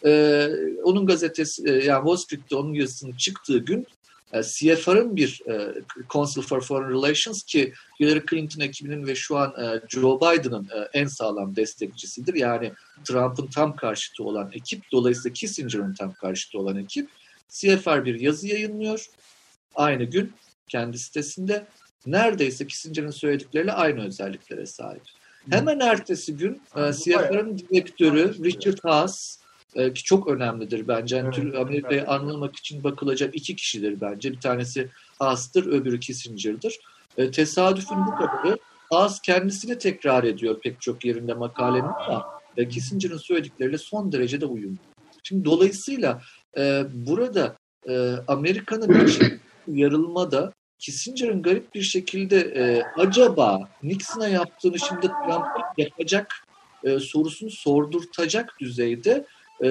Onun gazetesi yani Wall Street'te onun yazısının çıktığı gün CFR'ın bir Council for Foreign Relations ki Hillary Clinton ekibinin ve şu an Joe Biden'ın en sağlam destekçisidir. Yani Trump'ın tam karşıtı olan ekip, dolayısıyla Kissinger'ın tam karşıtı olan ekip CFR bir yazı yayınlıyor. Aynı gün kendi sitesinde neredeyse Kissinger'ın söyledikleriyle aynı özelliklere sahip. Hemen ertesi gün CFR'ın direktörü Richard Haas ki çok önemlidir bence. Yani Amerika'yı anlamak için bakılacak 2 kişidir bence. Bir tanesi Haas'tır, öbürü Kissinger'dır. Tesadüfün bu kadarı. Haas kendisini tekrar ediyor pek çok yerinde makalenin ama Kissinger'ın söyledikleriyle son derecede uyumlu. Şimdi dolayısıyla burada Amerika'nın yarılmada Kissinger'ın garip bir şekilde acaba Nixon'a yaptığını şimdi Trump'a yapacak sorusunu sordurtacak düzeyde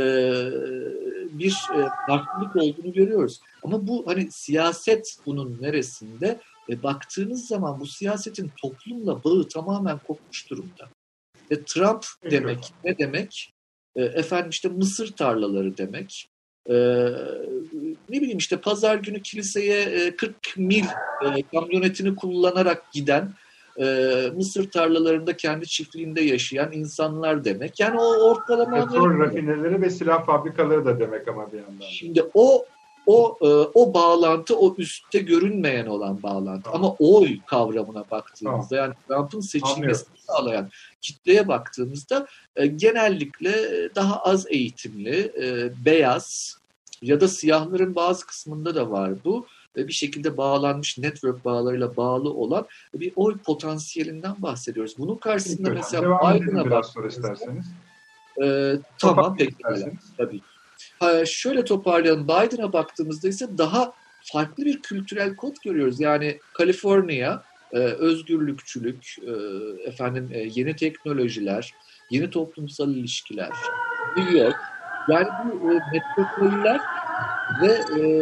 bir farklılık olduğunu görüyoruz. Ama bu hani siyaset bunun neresinde? Baktığınız zaman bu siyasetin toplumla bağı tamamen kopmuş durumda. Trump demek ne demek? Efendim işte mısır tarlaları demek. Ne bileyim işte pazar günü kiliseye 40 mil kamyonetini kullanarak giden mısır tarlalarında kendi çiftliğinde yaşayan insanlar demek. Yani o ortalama petrol rafineleri ve silah fabrikaları da demek ama bir yandan. Şimdi o bağlantı o üstte görünmeyen olan bağlantı. Tamam. Ama oy kavramına baktığımızda yani Trump'ın seçilmesini sağlayan kitleye baktığımızda genellikle daha az eğitimli, beyaz ya da siyahların bazı kısmında da var bu. Bir şekilde bağlanmış, network bağlarıyla bağlı olan bir oy potansiyelinden bahsediyoruz. Bunun karşısında mesela Biden'a baktığımızda tamam peki tabii. Şöyle toparlayalım. Biden'a baktığımızda ise daha farklı bir kültürel kod görüyoruz. Yani Kaliforniya, özgürlükçülük, yeni teknolojiler, yeni toplumsal ilişkiler, New York, yani bu metropoller ve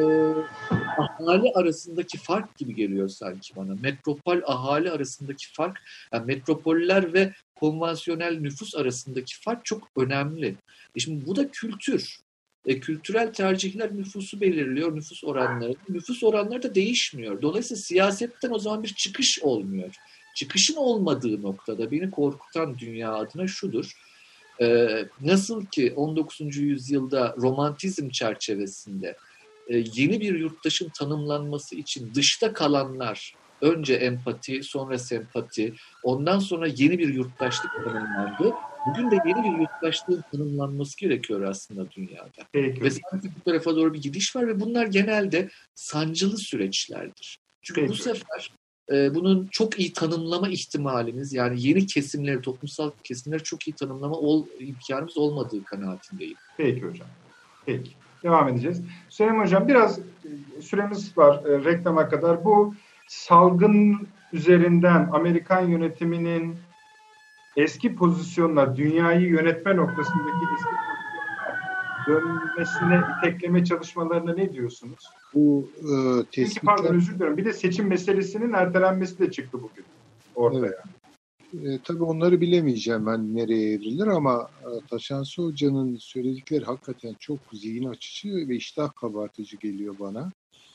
ahali arasındaki fark gibi geliyor sanki bana. Metropol ahali arasındaki fark, yani metropoller ve konvansiyonel nüfus arasındaki fark çok önemli. Şimdi bu da kültür. Kültürel tercihler nüfusu belirliyor, nüfus oranları. Nüfus oranları da değişmiyor. Dolayısıyla siyasetten o zaman bir çıkış olmuyor. Çıkışın olmadığı noktada beni korkutan dünya adına şudur. Nasıl ki 19. yüzyılda romantizm çerçevesinde yeni bir yurttaşın tanımlanması için dışta kalanlar, önce empati, sonra sempati, ondan sonra yeni bir yurttaşlık tanımlandı. Bugün de yeni bir yurttaşlığın tanımlanması gerekiyor aslında dünyada. Peki. Ve sanki bu tarafa doğru bir gidiş var ve bunlar genelde sancılı süreçlerdir. Çünkü Peki. bu sefer bunun çok iyi tanımlama ihtimalimiz, yani yeni kesimleri, toplumsal kesimleri çok iyi tanımlama imkanımız olmadığı kanaatindeyim. Peki hocam. Peki. Devam edeceğiz. Süleyman Hocam, biraz süremiz var reklama kadar. Bu salgın üzerinden Amerikan yönetiminin eski pozisyonla dünyayı yönetme noktasındaki eski pozisyonla dönmesine itekleme çalışmalarına ne diyorsunuz? Bu tespitler... Pardon, özür dilerim. Bir de seçim meselesinin ertelenmesi de çıktı bugün ortaya. Evet. Tabii onları bilemeyeceğim ben nereye evrilir ama Taşansı Hoca'nın söyledikleri hakikaten çok zihin açıcı ve iştah kabartıcı geliyor bana.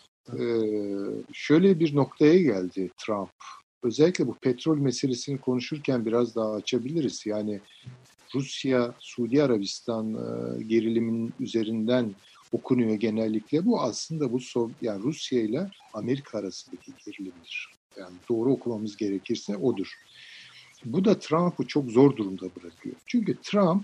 Şöyle bir noktaya geldi Trump. Özellikle bu petrol meselesini konuşurken biraz daha açabiliriz. Yani Rusya, Suudi Arabistan geriliminin üzerinden okunuyor genellikle. Bu aslında yani Rusya ile Amerika arasındaki gerilimdir. Yani doğru okumamız gerekirse odur. Bu da Trump'ı çok zor durumda bırakıyor. Çünkü Trump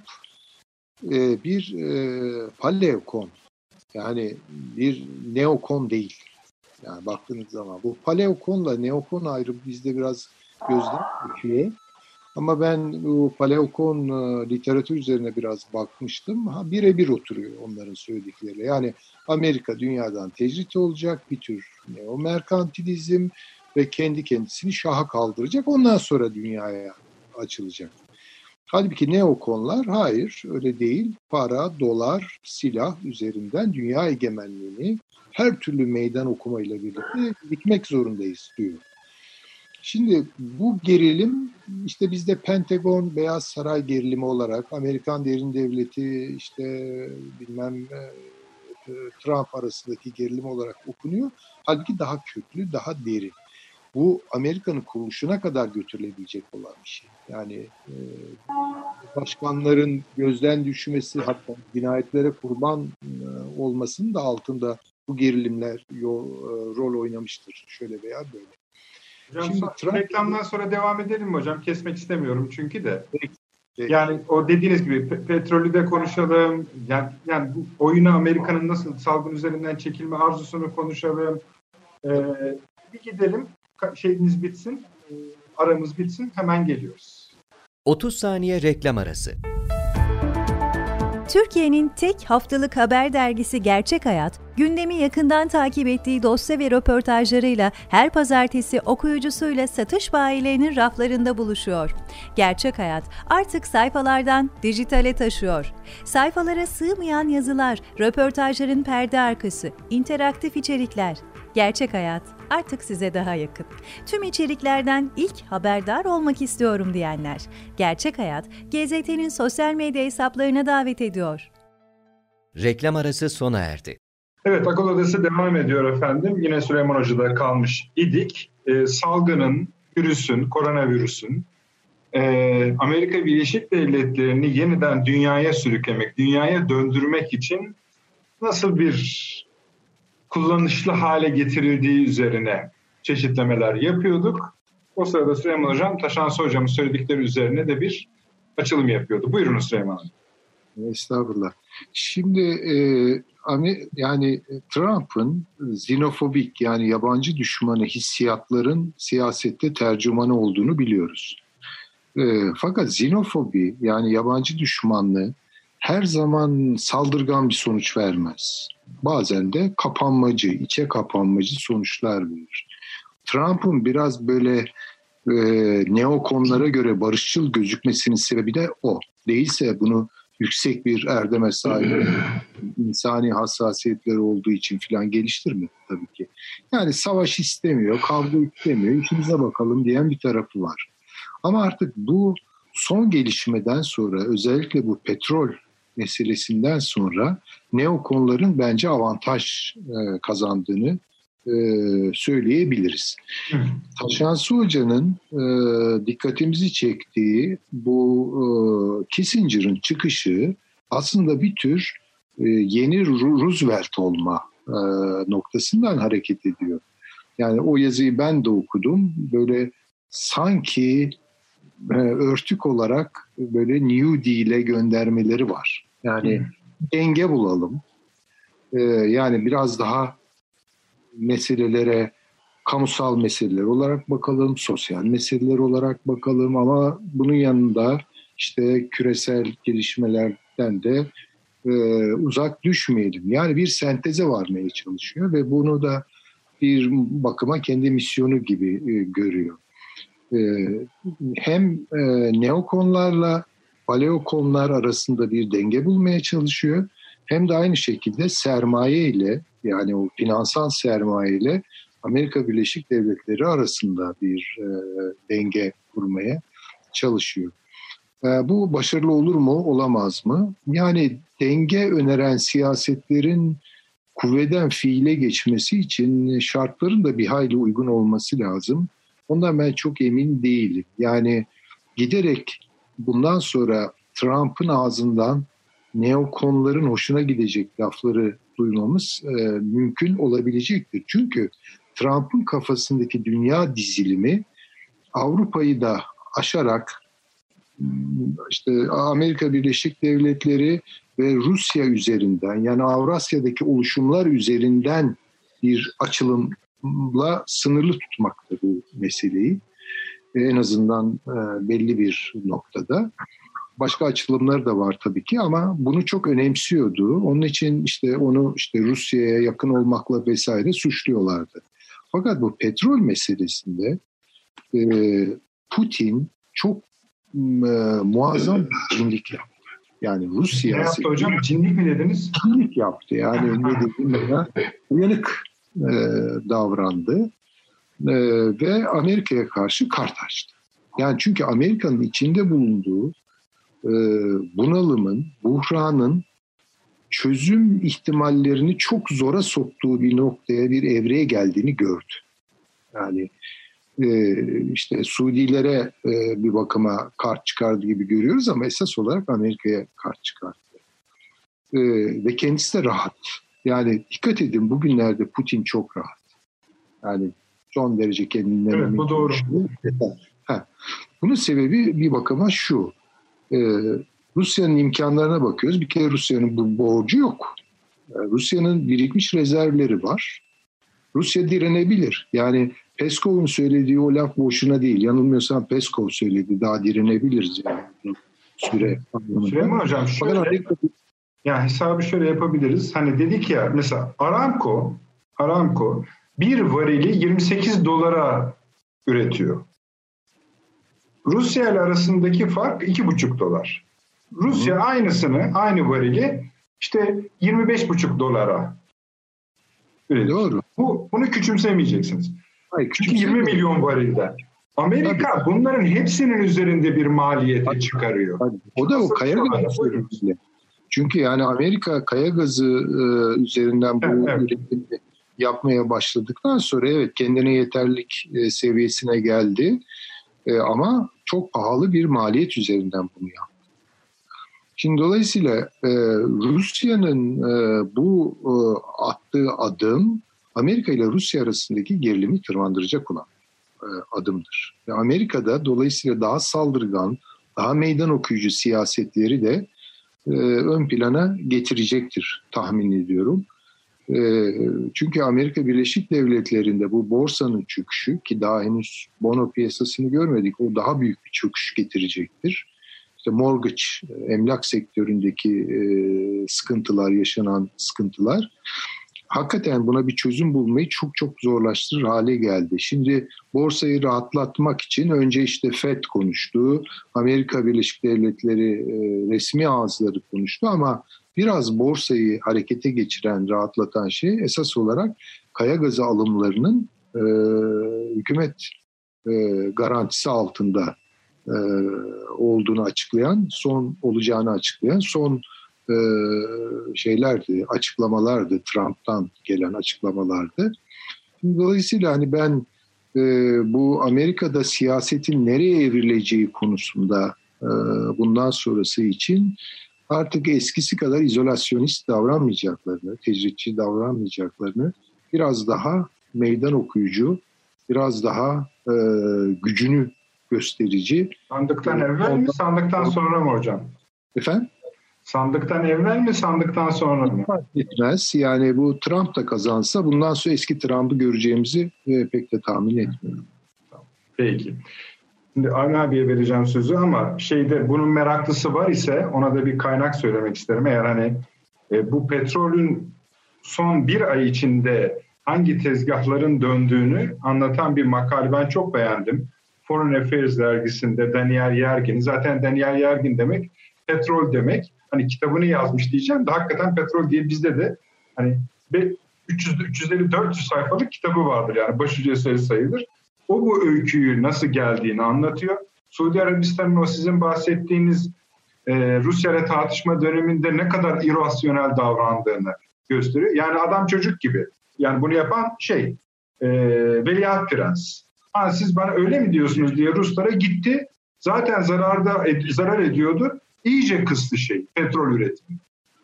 bir paleokon, yani bir neokon değil. Yani baktığınız zaman bu paleokonla neokon ayrımı bizde biraz gözden geçiyor. Ama ben bu paleokon literatür üzerine biraz bakmıştım. Birebir oturuyor onların söyledikleri. Yani Amerika dünyadan tecrit olacak, bir tür neomerkantilizm ve kendi kendisini şaha kaldıracak. Ondan sonra dünyaya açılacak. Halbuki neokonlar hayır öyle değil. Para, dolar, silah üzerinden dünya egemenliğini her türlü meydan okumayla birlikte dikmek zorundayız diyor. Şimdi bu gerilim işte bizde Pentagon, Beyaz Saray gerilimi olarak Amerikan derin devleti işte bilmem Trump arasındaki gerilim olarak okunuyor. Halbuki daha köklü, daha derin. Bu Amerika'nın kuruluşuna kadar götürülebilecek olan bir şey. Yani başkanların gözden düşmesi, hatta cinayetlere kurban olmasının da altında bu gerilimler rol oynamıştır. Şöyle veya böyle. Hocam, şimdi reklamdan sonra devam edelim mi hocam? Kesmek istemiyorum çünkü de. Yani o dediğiniz gibi petrolü de konuşalım. Yani bu oyunu Amerika'nın nasıl salgın üzerinden çekilme arzusunu konuşalım. Bir gidelim. Şeyiniz bitsin. Aramız bitsin. Hemen geliyoruz. 30 saniye reklam arası. Türkiye'nin tek haftalık haber dergisi Gerçek Hayat, gündemi yakından takip ettiği dosya ve röportajlarıyla her pazartesi okuyucusuyla satış bayilerinin raflarında buluşuyor. Gerçek Hayat artık sayfalardan dijitale taşıyor. Sayfalara sığmayan yazılar, röportajların perde arkası, interaktif içerikler. Gerçek Hayat artık size daha yakın. Tüm içeriklerden ilk haberdar olmak istiyorum diyenler. Gerçek Hayat, GZT'nin sosyal medya hesaplarına davet ediyor. Reklam arası sona erdi. Evet, Akıl Odası devam ediyor efendim. Yine Süleyman Hoca'da kalmış idik. Salgının, koronavirüsün Amerika Birleşik Devletleri'ni yeniden dünyaya sürüklemek, dünyaya döndürmek için nasıl bir kullanışlı hale getirildiği üzerine çeşitlemeler yapıyorduk. O sırada Süleyman Hocam, Taşansı Hocam'ın söyledikleri üzerine de bir açılım yapıyordu. Buyurunuz Süleyman Hocam. Estağfurullah. Şimdi yani Trump'ın xenofobik yani yabancı düşmanı hissiyatların siyasette tercümanı olduğunu biliyoruz. Fakat xenofobi yani yabancı düşmanlığı her zaman saldırgan bir sonuç vermez. Bazen de kapanmacı, içe kapanmacı sonuçlar verir. Trump'ın biraz böyle neokonlara göre barışçıl gözükmesinin sebebi de o. Değilse bunu yüksek bir erdeme sahip insani hassasiyetleri olduğu için filan geliştirmiyor tabii ki. Yani savaş istemiyor, kavga istemiyor, işimize bakalım diyen bir tarafı var. Ama artık bu son gelişmeden sonra özellikle bu petrol meselesinden sonra neokonların bence avantaj kazandığını söyleyebiliriz. Taşansı Hoca'nın dikkatimizi çektiği bu Kissinger'ın çıkışı aslında bir tür yeni Roosevelt olma noktasından hareket ediyor. Yani o yazıyı ben de okudum. Böyle sanki örtük olarak böyle New Deal'e göndermeleri var. Yani denge bulalım. Yani biraz daha meselelere kamusal meseleler olarak bakalım, sosyal meseleler olarak bakalım ama bunun yanında işte küresel gelişmelerden de uzak düşmeyelim. Yani bir senteze varmaya çalışıyor ve bunu da bir bakıma kendi misyonu gibi görüyor. Hem neokonlarla paleokonlar arasında bir denge bulmaya çalışıyor. Hem de aynı şekilde sermaye ile, yani o finansal sermaye ile Amerika Birleşik Devletleri arasında bir denge kurmaya çalışıyor. Bu başarılı olur mu, olamaz mı? Yani denge öneren siyasetlerin kuvveden fiile geçmesi için şartların da bir hayli uygun olması lazım. Ondan ben çok emin değilim. Yani giderek bundan sonra Trump'ın ağzından neokonların hoşuna gidecek lafları duymamız mümkün olabilecektir. Çünkü Trump'ın kafasındaki dünya dizilimi Avrupa'yı da aşarak işte Amerika Birleşik Devletleri ve Rusya üzerinden, yani Avrasya'daki oluşumlar üzerinden bir açılımla sınırlı tutmakta bu meseleyi. En azından belli bir noktada. Başka açılımları da var tabii ki ama bunu çok önemsiyordu. Onun için işte onu işte Rusya'ya yakın olmakla vesaire suçluyorlardı. Fakat bu petrol meselesinde Putin çok muazzam bir cinlik yaptı. Yani Rusya... Ne yaptı hocam? Cinlik mi dediniz? Cinlik yaptı. Yani ne dediğim ya, uyanık davrandı ve Amerika'ya karşı kart açtı. Yani çünkü Amerika'nın içinde bulunduğu bunalımın, buhranın çözüm ihtimallerini çok zora soktuğu bir noktaya, bir evreye geldiğini gördü. Yani işte Suudilere bir bakıma kart çıkardı gibi görüyoruz ama esas olarak Amerika'ya kart çıkarttı. Ve kendisi de rahat. Yani dikkat edin, bugünlerde Putin çok rahat. Yani son derece kendinden emin. Evet, bu doğru. Bunun sebebi bir bakıma şu. Rusya'nın imkanlarına bakıyoruz. Bir kere Rusya'nın bu borcu yok. Rusya'nın birikmiş rezervleri var. Rusya direnebilir. Yani Peskov'un söylediği o laf boşuna değil. Yanılmıyorsam Peskov söyledi. Daha direnebiliriz yani. Süleyman Hocam şöyle, yani hesabı şöyle yapabiliriz. Hani dedik ya mesela Aramco bir varili 28 dolara üretiyor. Rusya ile arasındaki fark 2,5 dolar. Rusya aynı varili işte 25,5 dolara üretiyor. Doğru. Bunu küçümsemeyeceksiniz. Hayır, çünkü 20 milyon varilden. Amerika bunların hepsinin üzerinde bir maliyete çıkarıyor. O da o kaya gazı. Çünkü yani Amerika kaya gazı üzerinden bu üretimi yapmaya başladıktan sonra evet kendine yeterlilik seviyesine geldi. Ama çok pahalı bir maliyet üzerinden bunu yaptı. Şimdi dolayısıyla Rusya'nın bu attığı adım Amerika ile Rusya arasındaki gerilimi tırmandıracak olan adımdır. Ve Amerika'da dolayısıyla daha saldırgan, daha meydan okuyucu siyasetleri de ön plana getirecektir tahmin ediyorum. Çünkü Amerika Birleşik Devletleri'nde bu borsanın çöküşü, ki daha henüz bono piyasasını görmedik, o daha büyük bir çöküş getirecektir. İşte mortgage, emlak sektöründeki sıkıntılar, yaşanan sıkıntılar hakikaten buna bir çözüm bulmayı çok çok zorlaştırır hale geldi. Şimdi borsayı rahatlatmak için önce işte FED konuştu, Amerika Birleşik Devletleri resmi ağızları konuştu ama biraz borsayı harekete geçiren, rahatlatan şey esas olarak kaya gazı alımlarının hükümet garantisi altında olacağını açıklayan son şeylerdi, açıklamalardı, Trump'tan gelen açıklamalardı. Dolayısıyla hani ben bu Amerika'da siyasetin nereye evrileceği konusunda bundan sonrası için artık eskisi kadar izolasyonist davranmayacaklarını, tecritçi davranmayacaklarını, biraz daha meydan okuyucu, biraz daha gücünü gösterici. Sandıktan evvel mi, sandıktan sonra mı hocam? Efendim? Sandıktan evvel mi, sandıktan sonra mı? Fark etmez. Yani bu Trump da kazansa bundan sonra eski Trump'ı göreceğimizi pek de tahmin etmiyorum. Peki. Şimdi Avni abiye vereceğim sözü ama bunun meraklısı var ise ona da bir kaynak söylemek isterim. Eğer hani bu petrolün son bir ay içinde hangi tezgahların döndüğünü anlatan bir makale ben çok beğendim. Foreign Affairs dergisinde Daniel Yergin. Zaten Daniel Yergin demek petrol demek. Hani kitabını yazmış diyeceğim de hakikaten petrol diye bizde de hani 350-400 sayfalık kitabı vardır yani başucu eseri sayılır. O bu öyküyü nasıl geldiğini anlatıyor. Suudi Arabistan'ın o sizin bahsettiğiniz Rusya ile tartışma döneminde ne kadar irrasyonel davrandığını gösteriyor. Yani adam çocuk gibi. Yani bunu yapan Veliaht Prens. Siz bana öyle mi diyorsunuz diye Ruslara gitti. Zaten zarar ediyordu. İyice kıstı petrol üretimi.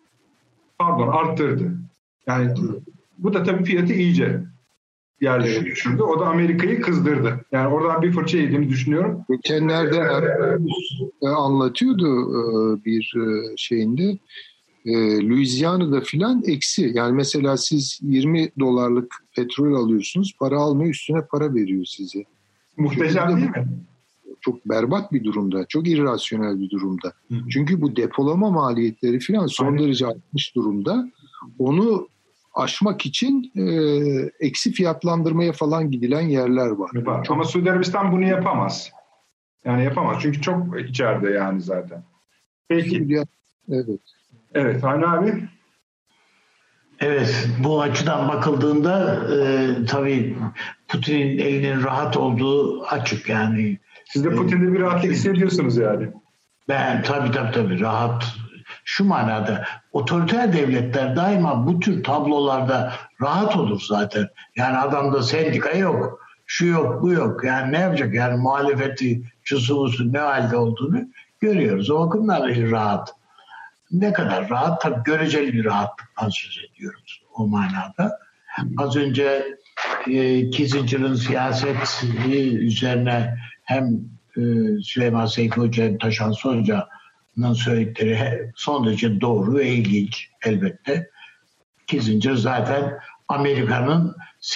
Arttırdı. Yani bu da tabii fiyatı iyice yerlere düşürdü. O da Amerika'yı kızdırdı. Yani oradan bir fırça yediğimi düşünüyorum. Geçenlerde anlatıyordu bir şeyinde. Louisiana'da filan eksi. Yani mesela siz 20 dolarlık petrol alıyorsunuz. Para almıyor, üstüne para veriyor size. Muhteşem değil mi? Çok berbat bir durumda. Çok irrasyonel bir durumda. Çünkü bu depolama maliyetleri filan son derece artmış durumda. Onu aşmak için eksi fiyatlandırmaya falan gidilen yerler var. Ama Suudi Arabistan bunu yapamaz. Yani yapamaz. Çünkü çok içeride yani zaten. Peki. Evet. Evet. Avni abi? Evet. Bu açıdan bakıldığında tabii Putin'in elinin rahat olduğu açık yani. Siz de Putin'de bir rahatlık hissediyorsunuz yani. Ben tabii rahat. Şu manada otoriter devletler daima bu tür tablolarda rahat olur zaten. Yani adamda sendika yok, şu yok, bu yok. Yani ne yapacak? Yani muhalefeti, şusu ne halde olduğunu görüyoruz. O bakımdan rahat. Ne kadar rahat? Tabii göreceli bir rahatlıktan söz ediyoruz o manada. Az önce Kissinger'ın siyaset üzerine hem Süleyman Seyfi Hoca hem Taşan Hoca'nın söyledikleri son derece doğru ve ilginç elbette. Kissinger zaten Amerika'nın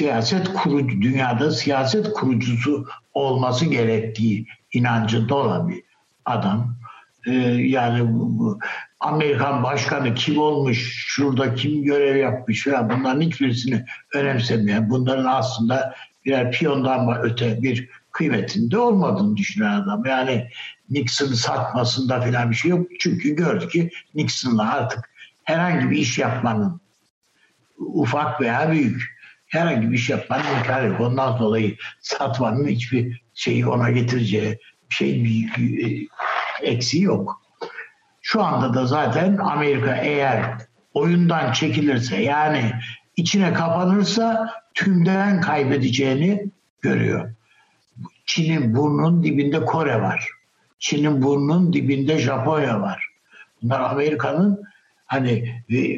dünyada siyaset kurucusu olması gerektiği inancında olan bir adam. Yani Amerikan başkanı kim olmuş, şurada kim görev yapmış falan bunların hiçbirisini önemsemeyen, bunların aslında birer piyondan öte bir kıymetinde olmadığını düşünen adam. Yani Nixon'ı satmasında falan bir şey yok. Çünkü gördü ki Nixon'la artık herhangi bir iş yapmanın, ufak veya büyük, herhangi bir iş yapmanın imkanı yok. Ondan dolayı satmanın hiçbir şeyi ona getireceği bir eksiği yok. Şu anda da zaten Amerika eğer oyundan çekilirse yani içine kapanırsa tümden kaybedeceğini görüyor. Çin'in burnunun dibinde Kore var. Çin'in burnunun dibinde Japonya var. Bunlar Amerika'nın hani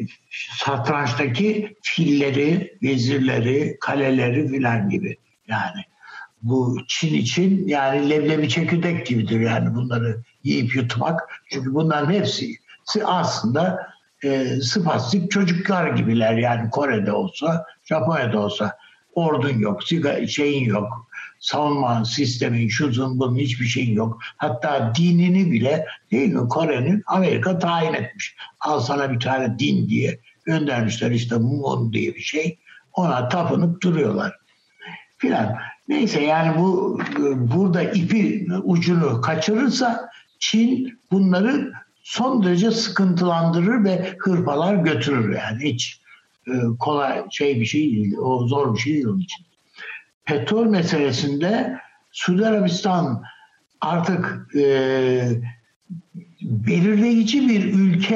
satrançtaki filleri, vezirleri, kaleleri filan gibi. Yani bu Çin için yani leblebi çekirdek gibidir yani bunları yiyip yutmak. Çünkü bunların hepsi aslında spastik çocuklar gibiler yani Kore'de olsa, Japonya'da olsa ordun yok, şeyin yok, savunma sistemin, şuzun bunun hiçbir şeyin yok. Hatta dinini bile değil mi Kore'nin Amerika tayin etmiş. Al sana bir tane din diye göndermişler işte Moon diye bir şey. Ona tapınıp duruyorlar filan. Neyse yani burada ipi ucunu kaçırırsa Çin bunları son derece sıkıntılandırır ve hırpalar götürür yani hiç kolay bir şey değil, o zor bir şey değil onun için. Petrol meselesinde Suudi Arabistan artık belirleyici bir ülke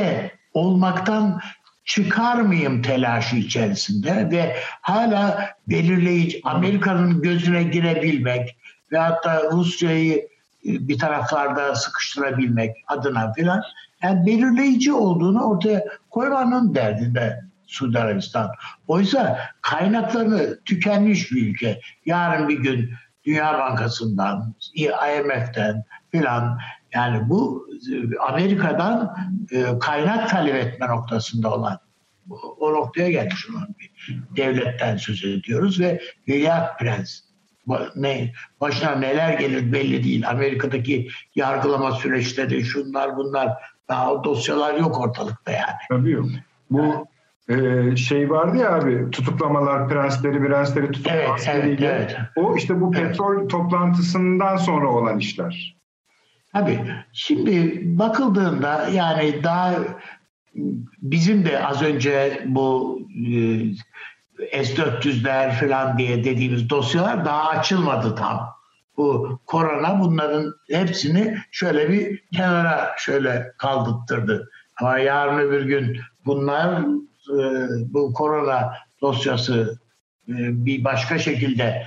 olmaktan çıkar mıyım telaşı içerisinde ve hala belirleyici Amerika'nın gözüne girebilmek ve hatta Rusya'yı bir taraflarda sıkıştırabilmek adına filan, yani belirleyici olduğunu ortaya koymanın derdinde Suudi Arabistan. Oysa kaynakları tükenmiş bir ülke. Yarın bir gün Dünya Bankası'ndan, IMF'den filan, yani bu Amerika'dan kaynak talep etme noktasında olan, o noktaya gelmiş olan bir devletten söz ediyoruz ve Veliaht Prens, başına neler gelir belli değil. Amerika'daki yargılama süreçleri, şunlar bunlar, daha o dosyalar yok ortalıkta yani. Tabii yok. Bu şey vardı ya abi, tutuklamalar, prensleri tutuklamalar. Evet. O işte bu petrol toplantısından sonra olan işler. Tabii. Şimdi bakıldığında yani daha bizim de az önce bu S-400'ler falan diye dediğimiz dosyalar daha açılmadı tam. Bu korona bunların hepsini şöyle bir kenara şöyle kaldırttırdı. Ama yarın öbür gün bunlar bu korona dosyası bir başka şekilde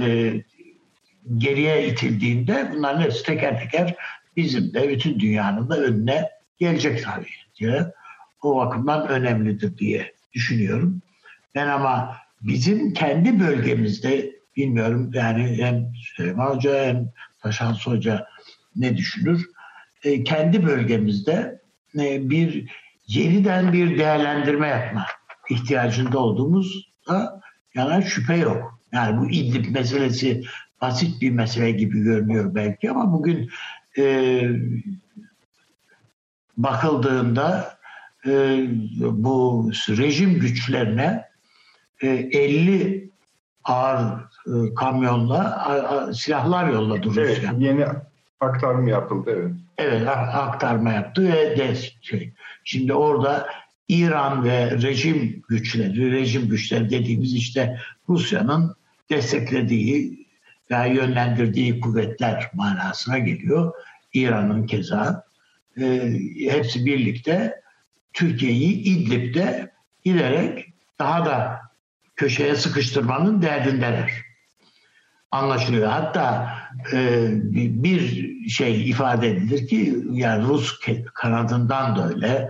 geriye itildiğinde bunların hepsi teker teker bizim de bütün dünyanın da önüne gelecek tabii diye. O bakımdan önemlidir diye düşünüyorum. Ben ama bizim kendi bölgemizde bilmiyorum yani hem Süleyman Hoca hem Taşans Hoca ne düşünür? Kendi bölgemizde yeniden bir değerlendirme yapma ihtiyacında olduğumuzda yani şüphe yok. Yani bu İdlib meselesi basit bir mesele gibi görünüyor belki ama bugün bakıldığında bu rejim güçlerine 50 ağır kamyonla silahlar yolladı Rusya. Evet, yeni aktarma yapıldı. Evet. Evet, aktarma yaptı ve şimdi orada İran ve rejim güçleri dediğimiz işte Rusya'nın desteklediği veya yönlendirdiği kuvvetler manasına geliyor. İran'ın keza. Hepsi birlikte Türkiye'yi İdlib'de giderek daha da köşeye sıkıştırmanın derdindeler. Anlaşılıyor. Hatta bir şey ifade edilir ki yani Rus kanadından da öyle,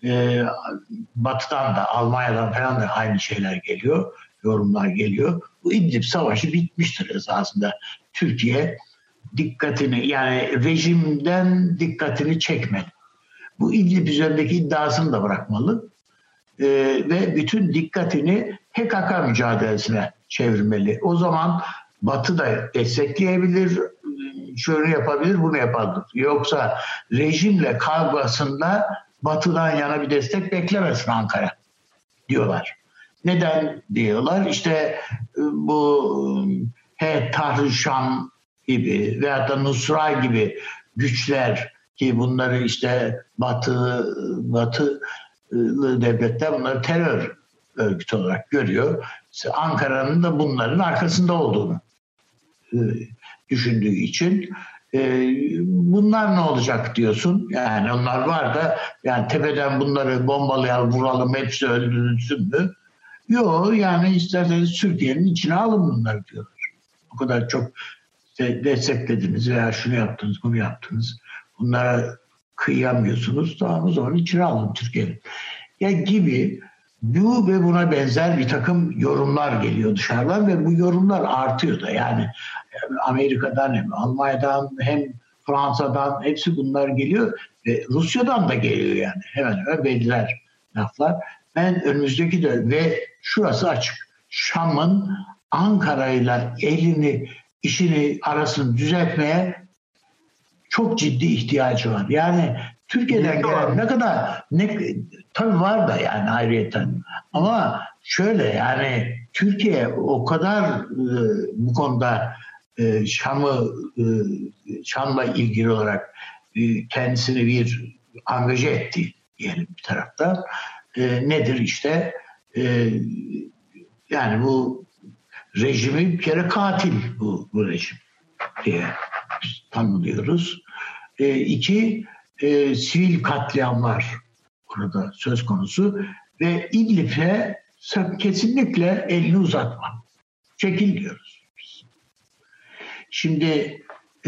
Batı'dan da, Almanya'dan falan da aynı şeyler geliyor, yorumlar geliyor. Bu İdlib Savaşı bitmiştir esasında. Türkiye dikkatini yani rejimden dikkatini çekmeli. Bu İdlib üzerindeki iddiasını da bırakmalı ve bütün dikkatini PKK mücadelesine çevirmeli. O zaman Batı da destekleyebilir, şöyle yapabilir, bunu yapabilir. Yoksa rejimle kavgasında Batı'dan yana bir destek beklemesin Ankara diyorlar. Neden diyorlar? İşte bu Tahrir Şam gibi veyahut da Nusra gibi güçler ki bunları işte Batılı devletler bunları terör örgütü olarak görüyor. İşte Ankara'nın da bunların arkasında olduğunu düşündüğü için bunlar ne olacak diyorsun. Yani onlar var da yani tepeden bunları bombalayalım, vuralım, hepsi öldürülsün mü? Yok yani isterseniz Türkiye'nin içine alın bunları diyorlar. O kadar çok desteklediniz veya şunu yaptınız, bunu yaptınız. Bunlara kıyamıyorsunuz. Tamam, o zaman içine alın Türkiye'nin. Ya gibi bu ve buna benzer bir takım yorumlar geliyor dışarıdan ve bu yorumlar artıyor da. Yani Amerika'dan hem Almanya'dan hem Fransa'dan hepsi bunlar geliyor ve Rusya'dan da geliyor yani. Hemen hemen belliler laflar. Ben önümüzdeki de ve şurası açık. Şam'ın Ankara'yla işini arasını düzeltmeye çok ciddi ihtiyacı var. Yani Türkiye'den gelen tabii var da yani ayrıyeten. Ama şöyle yani Türkiye o kadar bu konuda Şam'la ilgili olarak kendisini bir angaje etti diyelim bir taraftan. Nedir işte yani bu rejimi bir kere katil bu rejim diye tanımlıyoruz. 2 sivil katliamlar orada söz konusu ve İdlib'e kesinlikle elini uzatma. Çekil diyoruz. Şimdi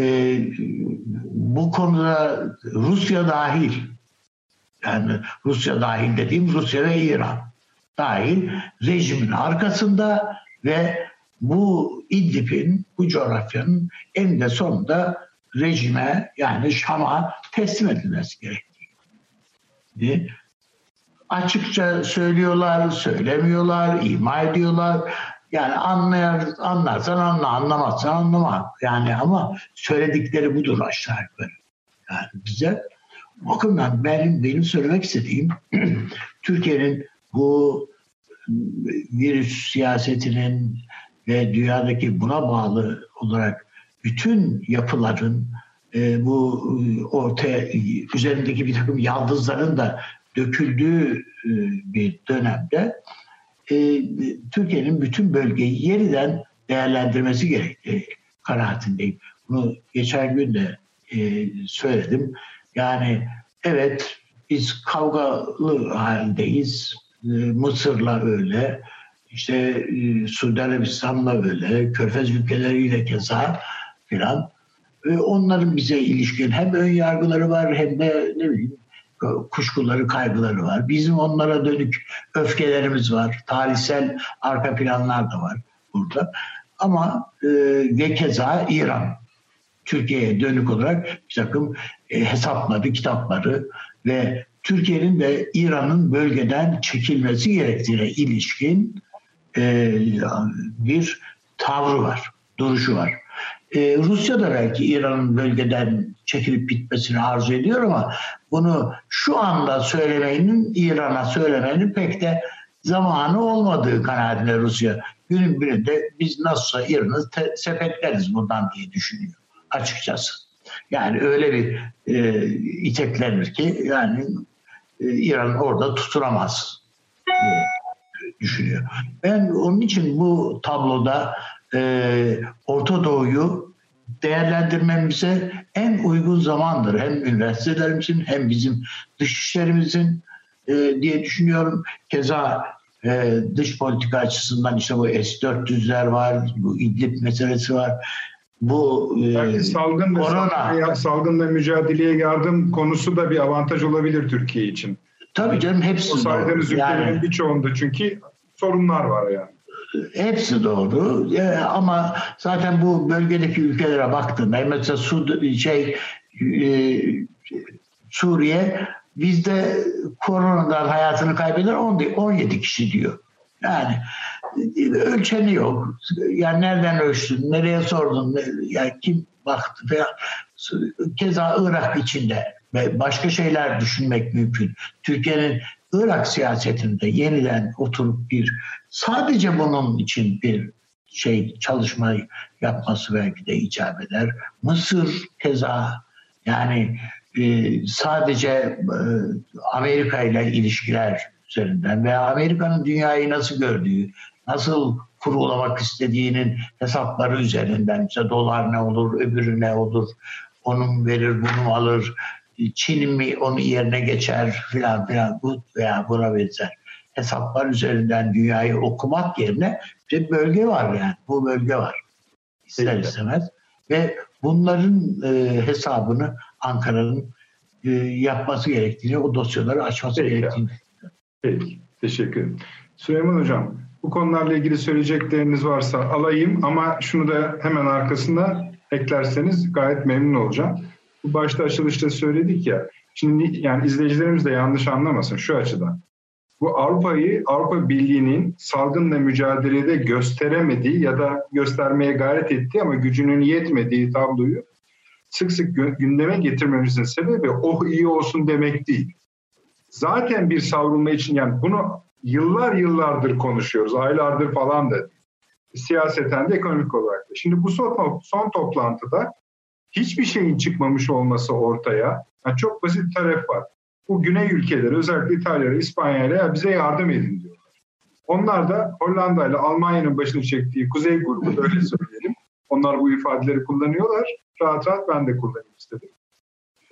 bu konuda Rusya dahil, yani Rusya dahil dediğim Rusya ve İran dahil rejimin arkasında ve bu İdlib'in, bu coğrafyanın eninde sonunda rejime, yani Şam'a teslim edilmesi gerektiğini açıkça söylüyorlar, söylemiyorlar, ima ediyorlar. Yani anlarsan anla, anlamazsan anlama. Yani ama söyledikleri budur aşağı yukarı. Yani bize o bakımdan benim söylemek istediğim Türkiye'nin bu virüs siyasetinin ve dünyadaki buna bağlı olarak bütün yapıların bu ortaya üzerindeki bir takım yaldızların da döküldüğü bir dönemde Türkiye'nin bütün bölgeyi yeniden değerlendirmesi gerektiği kanaatindeyim. Bunu geçen gün de söyledim. Yani evet, biz kavgalı haldeyiz. Mısır'la öyle, işte Suudi Arabistan'la öyle, Körfez ülkeleriyle keza filan. Onların bize ilişkin hem ön yargıları var hem de ne bileyim kuşkuları, kaygıları var. Bizim onlara dönük öfkelerimiz var. Tarihsel arka planlar da var burada. Ama ve keza İran, Türkiye'ye dönük olarak bir takım hesapları, kitapları ve Türkiye'nin de İran'ın bölgeden çekilmesi gerektiğine ilişkin bir tavrı var, duruşu var. Rusya da belki İran'ın bölgeden çekilip bitmesini arzu ediyor ama bunu şu anda İran'a söylemenin pek de zamanı olmadığı kanaatinde Rusya. Günün birinde biz nasılsa İran'ı sepetleriz buradan diye düşünüyor açıkçası. Yani öyle bir iteklenir ki yani İran orada tutunamaz diye düşünüyor. Ben onun için bu tabloda Orta Doğu'yu değerlendirmemize en uygun zamandır. Hem üniversitelerimizin hem bizim dışişlerimizin diye düşünüyorum. Keza dış politika açısından işte bu S-400'ler var, bu İdlib meselesi var. Bu salgınla mücadeleye yardım konusu da bir avantaj olabilir Türkiye için. Tabii canım, hepsi o saydığınız ülkelerin birçoğunda çünkü sorunlar var yani. Hepsi doğru ama zaten bu bölgedeki ülkelere baktığında mesela Suriye bizde koronadan hayatını kaybeden 17 kişi diyor. Yani ölçeni yok. Yani nereden ölçtün, nereye sordun, yani kim baktı falan. Keza Irak içinde ve başka şeyler düşünmek mümkün. Türkiye'nin Irak siyasetinde yeniden oturup sadece bunun için bir çalışma yapması belki de icap eder. Mısır keza yani sadece Amerika ile ilişkiler üzerinden veya Amerika'nın dünyayı nasıl gördüğü, nasıl kurulamak istediğinin hesapları üzerinden işte dolar ne olur, öbürü ne olur, onun verir, bunu alır, Çin mi onun yerine geçer filan bu veya buna benzer hesaplar üzerinden dünyayı okumak yerine bir bölge var yani. Bu bölge var. İster istemez. Ve bunların hesabını Ankara'nın yapması gerektiğini, o dosyaları açması gerektiğini. Peki. Teşekkür ederim. Süleyman Hocam, bu konularla ilgili söyleyecekleriniz varsa alayım ama şunu da hemen arkasına eklerseniz gayet memnun olacağım. Bu başta açılışta söyledik ya, şimdi yani izleyicilerimiz de yanlış anlamasın şu açıdan. Bu Avrupa Birliği'nin salgınla mücadelede gösteremediği ya da göstermeye gayret ettiği ama gücünün yetmediği tabloyu sık sık gündeme getirmemizin sebebi iyi olsun demek değil. Zaten bir savrulma için yani bunu yıllardır konuşuyoruz, aylardır falan da siyaseten de ekonomik olarak da. Şimdi bu son toplantıda hiçbir şeyin çıkmamış olması ortaya. Yani çok basit bir taraf var. Bu güney ülkeleri özellikle İtalya'ya, İspanya'ya bize yardım edin diyorlar. Onlar da Hollanda ile Almanya'nın başını çektiği kuzey grubu öyle söyleyelim. Onlar bu ifadeleri kullanıyorlar. Rahat ben de kullanayım istedim.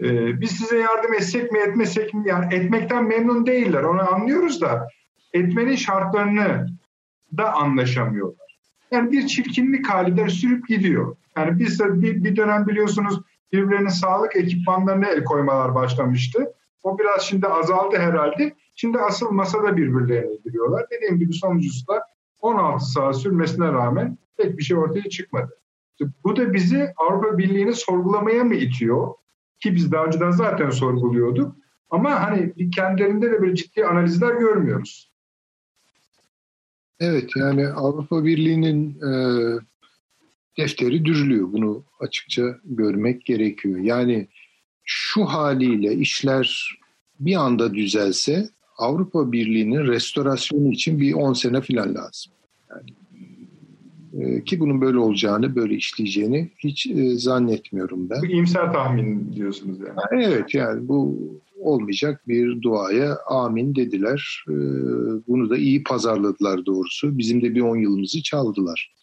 Biz size yardım etsek mi etmesek mi? Yani etmekten memnun değiller. Onu anlıyoruz da etmenin şartlarını da anlaşamıyorlar. Yani bir çirkinlik halidir, sürüp gidiyor. Yani biz de bir dönem biliyorsunuz birbirlerinin sağlık ekipmanlarına el koymalar başlamıştı. O biraz şimdi azaldı herhalde. Şimdi asıl masada birbirlerine giriyorlar. Dediğim gibi sonuncusu da 16 saat sürmesine rağmen pek bir şey ortaya çıkmadı. Bu da bizi Avrupa Birliği'ni sorgulamaya mı itiyor? Ki biz daha önceden zaten sorguluyorduk. Ama hani kendilerinde de böyle ciddi analizler görmüyoruz. Evet, yani Avrupa Birliği'nin defteri dürülüyor. Bunu açıkça görmek gerekiyor. Yani şu haliyle işler bir anda düzelse Avrupa Birliği'nin restorasyonu için bir 10 sene falan lazım. Yani, ki bunun böyle olacağını, böyle işleyeceğini hiç zannetmiyorum ben. Bu iyimser tahmin diyorsunuz yani. Evet, yani bu olmayacak bir duaya amin dediler. Bunu da iyi pazarladılar doğrusu. Bizim de bir 10 yılımızı çaldılar.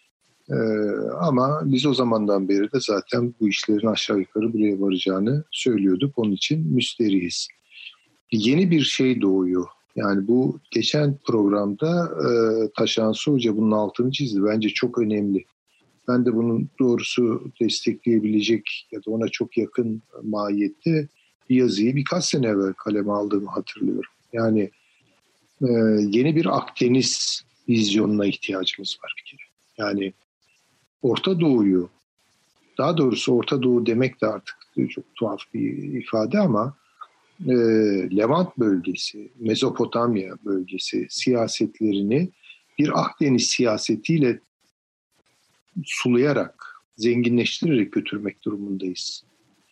Ama biz o zamandan beri de zaten bu işlerin aşağı yukarı buraya varacağını söylüyorduk. Onun için müsteriyiz. Yeni bir şey doğuyor. Yani bu geçen programda Taşansı Hoca bunun altını çizdi. Bence çok önemli. Ben de bunun doğrusu destekleyebilecek ya da ona çok yakın mahiyette bir yazıyı birkaç sene evvel kaleme aldığımı hatırlıyorum. Yani yeni bir Akdeniz vizyonuna ihtiyacımız var bir kere. Yani Orta Doğu'yu, daha doğrusu Orta Doğu demek de artık çok tuhaf bir ifade ama Levant bölgesi, Mezopotamya bölgesi siyasetlerini bir Akdeniz siyasetiyle sulayarak, zenginleştirerek götürmek durumundayız.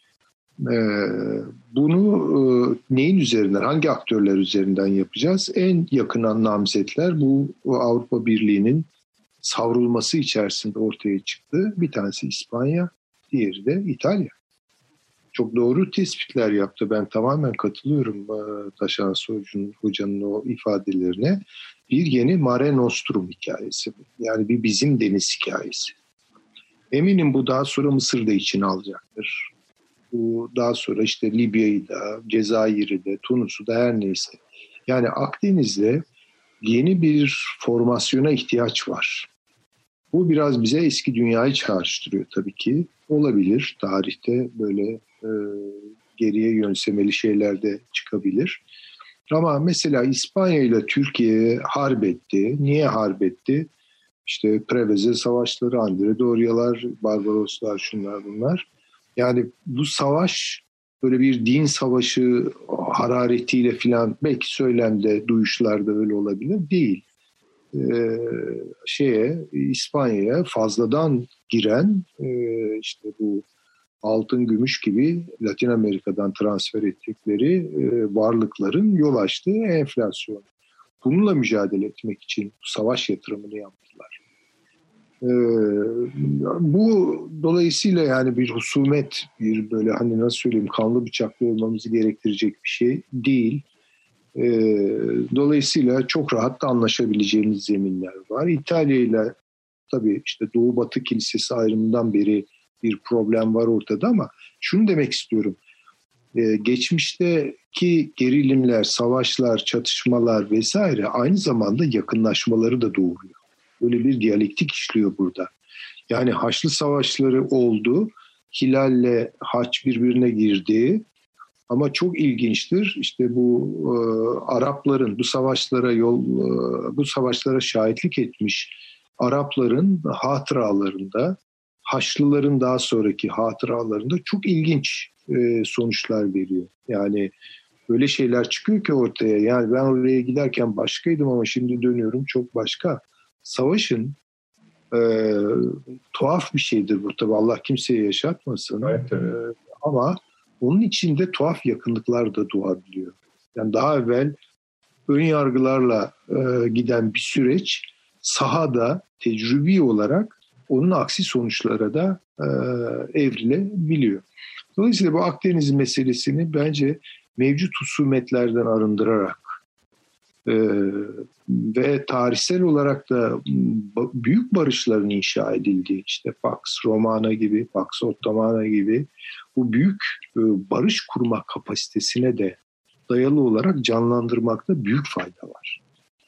Bunu neyin üzerinden, hangi aktörler üzerinden yapacağız? En yakın namzetler bu Avrupa Birliği'nin savrulması içerisinde ortaya çıktı. Bir tanesi İspanya, diğeri de İtalya. Çok doğru tespitler yaptı. Ben tamamen katılıyorum Taşansı Hoca'nın o ifadelerine. Bir yeni Mare Nostrum hikayesi. Yani bir bizim deniz hikayesi. Eminim bu daha sonra Mısır'da içine alacaktır. Bu daha sonra işte Libya'yı da, Cezayir'i de, Tunus'u da her neyse. Yani Akdeniz'de yeni bir formasyona ihtiyaç var. Bu biraz bize eski dünyayı çağrıştırıyor tabii ki. Olabilir. Tarihte böyle geriye yönsemeli şeyler de çıkabilir. Ama mesela İspanya ile Türkiye harp etti. Niye harp etti? İşte Preveze savaşları, Andre Doryalar, Barbaroslar, şunlar bunlar. Yani bu savaş böyle bir din savaşı hararetiyle filan belki söylemde, duyuşlarda öyle olabilir. Değil. İspanya'ya fazladan giren işte bu altın, gümüş gibi Latin Amerika'dan transfer ettikleri varlıkların yol açtığı enflasyon. Bununla mücadele etmek için savaş yatırımını yaptılar. Bu dolayısıyla yani bir husumet, bir böyle hani nasıl söyleyeyim kanlı bıçaklı olmamızı gerektirecek bir şey değil. Dolayısıyla çok rahat da anlaşabileceğimiz zeminler var. İtalya ile tabii işte Doğu-Batı Kilisesi ayrımından beri bir problem var ortada ama şunu demek istiyorum. Geçmişteki gerilimler, savaşlar, çatışmalar vesaire aynı zamanda yakınlaşmaları da doğuruyor. Böyle bir diyalektik işliyor burada. Yani Haçlı Savaşları oldu. Hilal'le Haç birbirine girdi. Ama çok ilginçtir. İşte bu Arapların bu savaşlara şahitlik etmiş Arapların hatıralarında, Haçlıların daha sonraki hatıralarında çok ilginç sonuçlar veriyor. Yani böyle şeyler çıkıyor ki ortaya. Yani ben oraya giderken başkaydım ama şimdi dönüyorum çok başka. Savaşın tuhaf bir şeydir bu tabii. Allah kimseye yaşatmasın. Evet. Ama onun içinde tuhaf yakınlıklar da doğabiliyor. Yani daha evvel ön yargılarla giden bir süreç sahada tecrübi olarak onun aksi sonuçlara da evrilebiliyor. Dolayısıyla bu Akdeniz meselesini bence mevcut husumetlerden arındırarak Ve tarihsel olarak da büyük barışların inşa edildiği, işte Pax Romana gibi, Pax Ottomana gibi bu büyük barış kurma kapasitesine de dayalı olarak canlandırmakta büyük fayda var.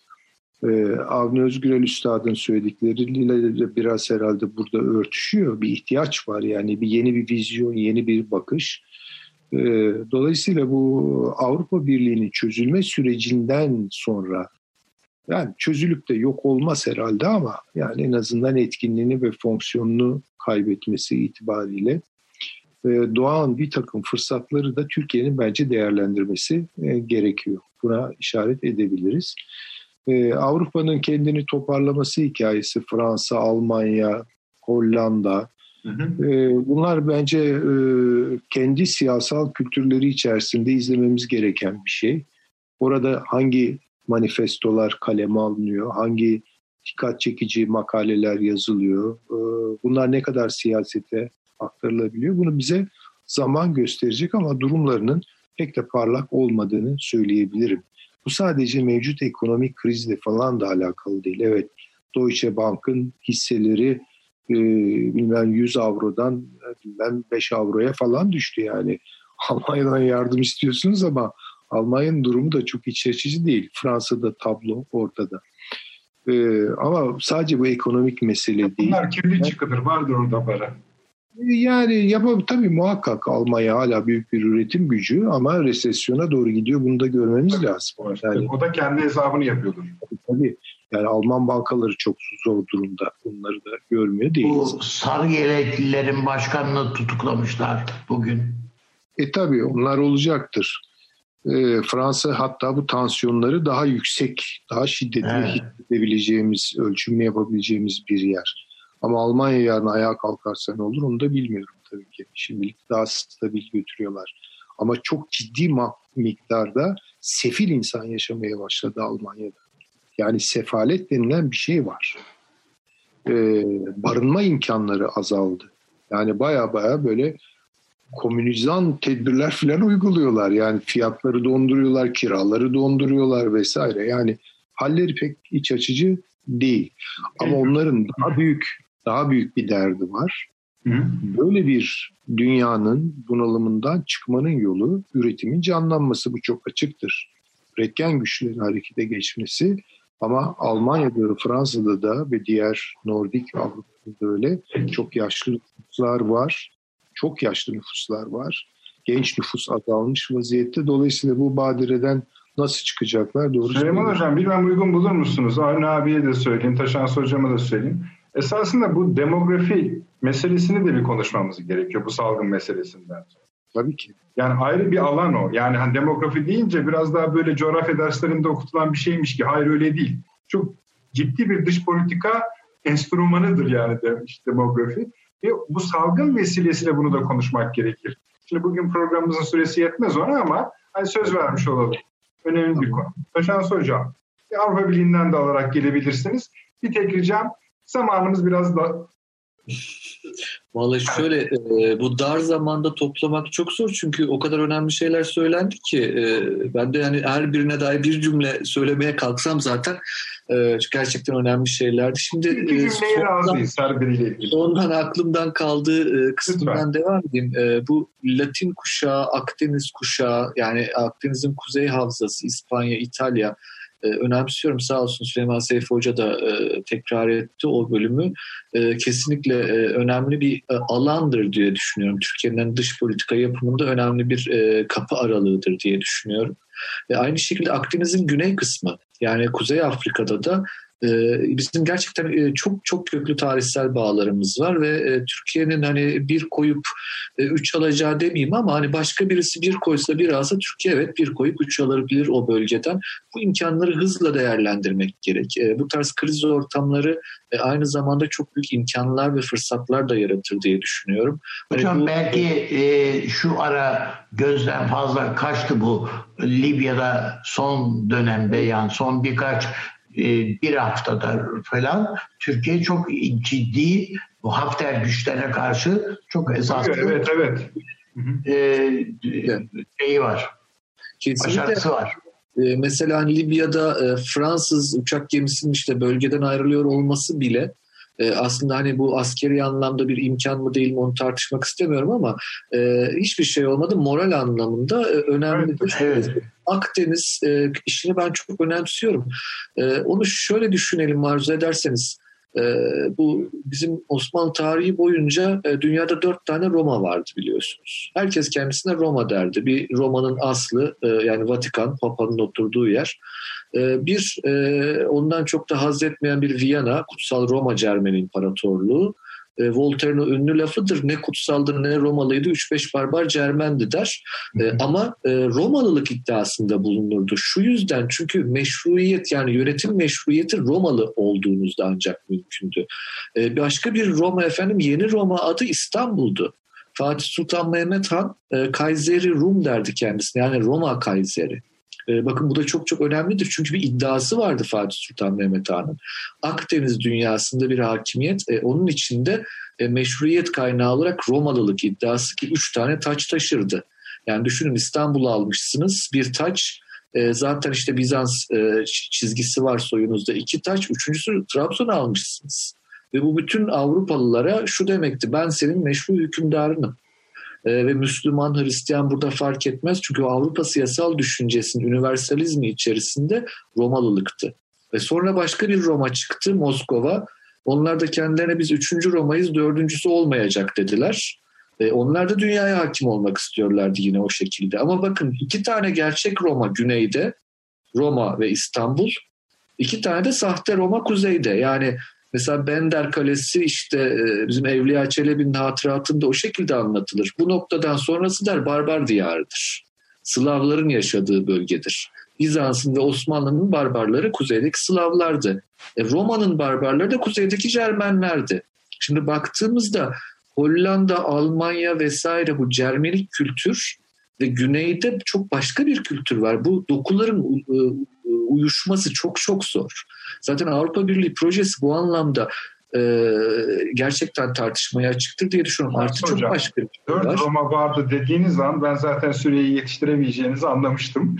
Avni Özgürel Üstad'ın söyledikleriyle de biraz herhalde burada örtüşüyor. Bir ihtiyaç var, yani yeni bir vizyon, yeni bir bakış. Dolayısıyla bu Avrupa Birliği'nin çözülme sürecinden sonra, yani çözülüp de yok olmaz herhalde ama yani en azından etkinliğini ve fonksiyonunu kaybetmesi itibariyle doğan bir takım fırsatları da Türkiye'nin bence değerlendirmesi gerekiyor. Buna işaret edebiliriz. Avrupa'nın kendini toparlaması hikayesi, Fransa, Almanya, Hollanda, bunlar bence kendi siyasal kültürleri içerisinde izlememiz gereken bir şey. Orada hangi manifestolar kaleme alınıyor, hangi dikkat çekici makaleler yazılıyor, bunlar ne kadar siyasete aktarılabiliyor, bunu bize zaman gösterecek ama durumlarının pek de parlak olmadığını söyleyebilirim. Bu sadece mevcut ekonomik krizle falan da alakalı değil. Evet, Deutsche Bank'ın hisseleri bilmem 100 avrodan bilmem 5 avroya falan düştü yani. Almanya'dan yardım istiyorsunuz ama Almanya'nın durumu da çok iç açıcı değil. Fransa'da tablo ortada. Ama sadece bu ekonomik mesele değil. Bunlar kirli çıkılır, vardır orada para. Yani tabii muhakkak Almanya hala büyük bir üretim gücü ama resesyona doğru gidiyor. Bunu da görmemiz lazım. Yani, o da kendi hesabını yapıyordur. Tabii. Yani Alman bankaları çok zor durumda. Bunları da görmüyor değiliz. Bu sarı yeleklilerin başkanını tutuklamışlar bugün. Tabii onlar olacaktır. Fransa hatta bu tansiyonları daha yüksek, daha şiddetli hissedebileceğimiz, ölçümlü yapabileceğimiz bir yer. Ama Almanya yarın ayağa kalkarsa ne olur onu da bilmiyorum tabii ki. Şimdilik daha stabil götürüyorlar. Ama çok ciddi miktarda sefil insan yaşamaya başladı Almanya'da. Yani sefalet denilen bir şey var. Barınma imkanları azaldı. Yani baya böyle komünizan tedbirler falan uyguluyorlar. Yani fiyatları donduruyorlar, kiraları donduruyorlar vesaire. Yani halleri pek iç açıcı değil. Ama onların daha büyük bir derdi var. Böyle bir dünyanın bunalımından çıkmanın yolu üretimin canlanması. Bu çok açıktır. Üretken güçlerin harekete geçmesi ama Almanya'da, Fransa'da da ve diğer Nordik Avrupa'da da öyle çok yaşlı nüfuslar var. Çok yaşlı nüfuslar var. Genç nüfus azalmış vaziyette. Dolayısıyla bu badireden nasıl çıkacaklar? Doğru Süleyman Hocam, bilmem uygun bulur musunuz? Avni abiye de söyleyeyim, Taşans Hocam'a da söyleyeyim. Esasında bu demografi meselesini de bir konuşmamız gerekiyor bu salgın meselesinden. Tabii ki. Yani ayrı bir alan o. Yani hani demografi deyince biraz daha böyle coğrafya derslerinde okutulan bir şeymiş ki hayır öyle değil. Çok ciddi bir dış politika enstrümanıdır yani demografi. Ve bu salgın vesilesiyle bunu da konuşmak gerekir. Şimdi bugün programımızın süresi yetmez ona ama hani söz vermiş olalım. Önemli bir konu. Taşans Hocam, Avrupa Birliği'nden de alarak gelebilirsiniz. Bir tek ricam, zamanımız biraz da... Vallahi şöyle, bu dar zamanda toplamak çok zor çünkü o kadar önemli şeyler söylendi ki ben de yani her birine dair bir cümle söylemeye kalksam zaten gerçekten önemli şeylerdi. Şimdi bir cümleye razıyız her biriyle ilgili. Ondan aklımdan kaldığı kısmından devam edeyim. Bu Latin kuşağı, Akdeniz kuşağı, yani Akdeniz'in kuzey havzası, İspanya, İtalya, önemsiyorum. Sağ olsun Süleyman Seyfi Hoca da tekrar etti o bölümü. Kesinlikle önemli bir alandır diye düşünüyorum. Türkiye'nin dış politika yapımında önemli bir kapı aralığıdır diye düşünüyorum. Aynı şekilde Akdeniz'in güney kısmı, yani Kuzey Afrika'da da bizim gerçekten çok çok köklü tarihsel bağlarımız var ve Türkiye'nin hani bir koyup üç alacağı demeyeyim ama hani başka birisi bir koysa bir alsa Türkiye evet bir koyup üç alabilir o bölgeden. Bu imkanları hızla değerlendirmek gerek. Bu tarz kriz ortamları aynı zamanda çok büyük imkanlar ve fırsatlar da yaratır diye düşünüyorum. Hocam hani belki şu ara gözden fazla kaçtı bu Libya'da son dönemde, yani son birkaç bir haftada falan Türkiye çok ciddi bu Hafter güçlerine karşı çok esaslı evet. Şeyi var. Kesinlikle. Başarısı var. mesela Libya'da Fransız uçak gemisinin işte bölgeden ayrılıyor olması bile aslında hani bu askeri anlamda bir imkan mı değil mi onu tartışmak istemiyorum ama hiçbir şey olmadı. Moral anlamında önemlidir. Evet. Akdeniz işini ben çok önemsiyorum. Onu şöyle düşünelim arzu ederseniz. Bu bizim Osmanlı tarihi boyunca dünyada 4 tane Roma vardı biliyorsunuz. Herkes kendisine Roma derdi. Bir Roma'nın aslı yani Vatikan, Papa'nın oturduğu yer. Bir ondan çok da haz etmeyen bir Viyana, Kutsal Roma Cermen İmparatorluğu. Voltaire'in ünlü lafıdır. Ne kutsaldır ne Romalıydı, 3-5 barbar Cermendi der. Ama Romalılık iddiasında bulunurdu. Şu yüzden çünkü meşruiyet yani yönetim meşruiyeti Romalı olduğunuzda ancak mümkündü. Başka bir Roma yeni Roma adı İstanbul'du. Fatih Sultan Mehmet Han Kayseri Rum derdi kendisine yani Roma Kayseri. Bakın bu da çok çok önemlidir. Çünkü bir iddiası vardı Fatih Sultan Mehmet Han'ın. Akdeniz dünyasında bir hakimiyet, onun içinde meşruiyet kaynağı olarak Romalılık iddiası ki 3 tane taç taşırdı. Yani düşünün İstanbul'u almışsınız, bir taç, zaten işte Bizans çizgisi var soyunuzda 2 taç, üçüncüsü Trabzon'u almışsınız. Ve bu bütün Avrupalılara şu demekti, ben senin meşru hükümdarınım. Ve Müslüman, Hristiyan burada fark etmez. Çünkü Avrupa siyasal düşüncesinin üniversalizmi içerisinde Romalılıktı. Ve sonra başka bir Roma çıktı, Moskova. Onlar da kendilerine biz 3. Roma'yız, 4.'sü olmayacak dediler. Onlar da dünyaya hakim olmak istiyorlardı yine o şekilde. Ama bakın 2 tane gerçek Roma güneyde, Roma ve İstanbul. 2 tane de sahte Roma kuzeyde. Yani mesela Bender Kalesi işte bizim Evliya Çelebi'nin hatıratında o şekilde anlatılır. Bu noktadan sonrası der barbar diyarıdır. Slavların yaşadığı bölgedir. Bizans'ın ve Osmanlı'nın barbarları kuzeydeki Slavlardı. Roma'nın barbarları da kuzeydeki Cermenlerdi. Şimdi baktığımızda Hollanda, Almanya vesaire bu Cermenik kültür ve güneyde çok başka bir kültür var. Bu dokuların uyuşması çok çok zor. Zaten Avrupa Birliği projesi bu anlamda gerçekten tartışmaya açıktır diye düşünüyorum. Artık çok başka bir şey var. 4 Roma vardı dediğiniz an ben zaten süreyi yetiştiremeyeceğinizi anlamıştım.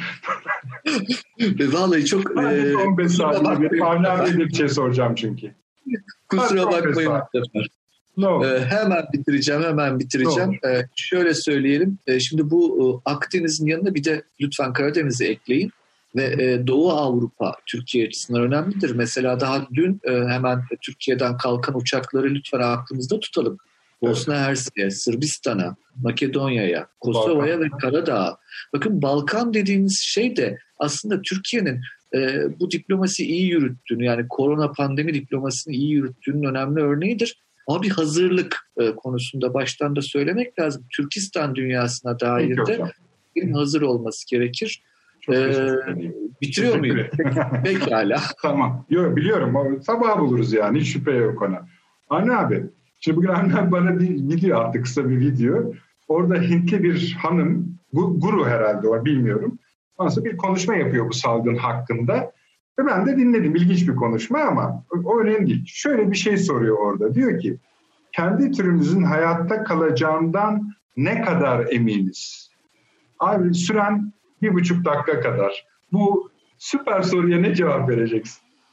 Vallahi çok... 15 saniye bir şey soracağım çünkü. Kusura bakmayın. No. Hemen bitireceğim. No. Şöyle söyleyelim. Şimdi bu Akdeniz'in yanına bir de lütfen Karadeniz'i ekleyin. Ve Doğu Avrupa Türkiye açısından önemlidir. Mesela daha dün hemen Türkiye'den kalkan uçakları lütfen aklımızda tutalım. Bosna Hersek'e, Sırbistan'a, Makedonya'ya, Kosova'ya ve Karadağ'a. Bakın Balkan dediğimiz şey de aslında Türkiye'nin bu diplomasi iyi yürüttüğünü yani korona pandemi diplomasini iyi yürüttüğünün önemli örneğidir. Ama bir hazırlık konusunda baştan da söylemek lazım. Türkistan dünyasına dair de hazır olması gerekir. Bitiriyor muyum? Pekala. Tamam. Yok biliyorum. Sabah buluruz yani. Hiç şüphe yok ona. Anne abi. Şimdi bugün annem bana bir video attı. Kısa bir video. Orada Hintli bir hanım, guru herhalde o bilmiyorum. Nasıl bir konuşma yapıyor bu salgın hakkında. Ve ben de dinledim. İlginç bir konuşma ama o önemli değil. Şöyle bir şey soruyor orada. Diyor ki kendi türümüzün hayatta kalacağından ne kadar eminiz? Abi süren 1,5 dakika kadar. Bu süper soruya ne cevap vereceksin?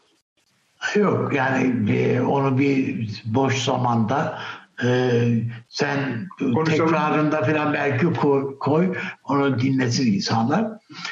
Yok yani onu bir boş zamanda sen konuşalım. Tekrarında falan belki koy onu dinlesin insanlar.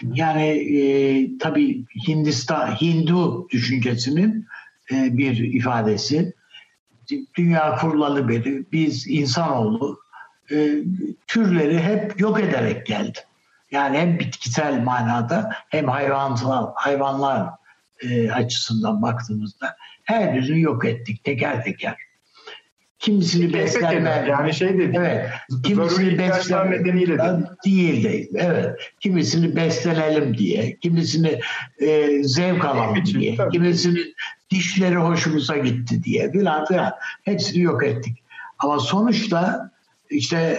Yani tabii Hindu düşüncesinin bir ifadesi. Dünya kurulalı beri biz insanoğlu türleri hep yok ederek geldi. Yani hem bitkisel manada hem hayvanlar açısından baktığımızda her birini yok ettik teker teker. Kimisini beslenme yani şey dedi. Evet. Kimisini beslenme nedeniyle değil. Evet. Kimisini beslenelim diye, kimisini zevk alalım diye, kimisinin dişleri hoşumuza gitti diye filan. Hepsini yok ettik. Ama sonuçta işte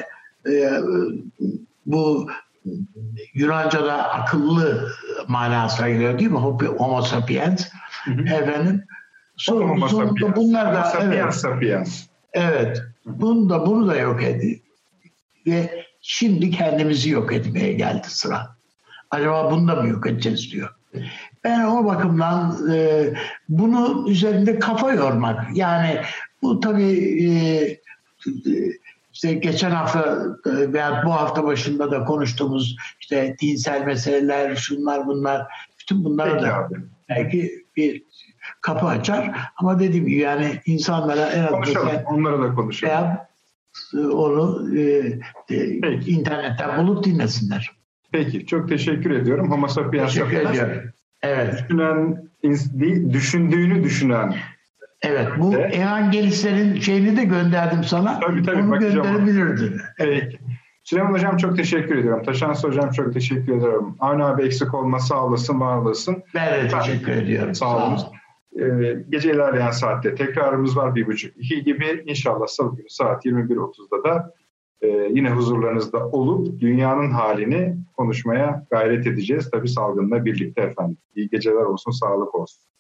bu Yunanca'da akıllı manasına geliyor değil mi? Homo sapiens. Efendim. Sonunda bunlar da sapiens. Evet. Bunu da yok edin. Ve şimdi kendimizi yok etmeye geldi sıra. Acaba bunu da mı yok edeceğiz diyor. Ben o bakımdan bunun üzerinde kafa yormak. Yani bu tabii işte geçen hafta veya bu hafta başında da konuştuğumuz işte dinsel meseleler, şunlar bunlar, bütün bunlar da belki bir kapı açar. Ama dediğim gibi yani insanlara en azından onlara da konuşalım. Veya onu internetten bulup dinlesinler. Peki, çok teşekkür ediyorum. Homo sapiens teşekkür ediyorum. Evet. Düşündüğünü düşünen. Evet, bu evangelistlerin şeyini de gönderdim sana. Tabii, onu gönderebilirdin. Peki. Süleyman Hocam çok teşekkür ediyorum. Taşans Hocam çok teşekkür ediyorum. Avni abi eksik olma, sağ olasın, var olasın. Ben de teşekkür ediyorum. Sağ olun. Gece ilerleyen saatte tekrarımız var 1.30-2 gibi. İnşallah salı günü saat 21.30'da da yine huzurlarınızda olup dünyanın halini konuşmaya gayret edeceğiz. Tabii salgınla birlikte efendim. İyi geceler olsun, sağlık olsun.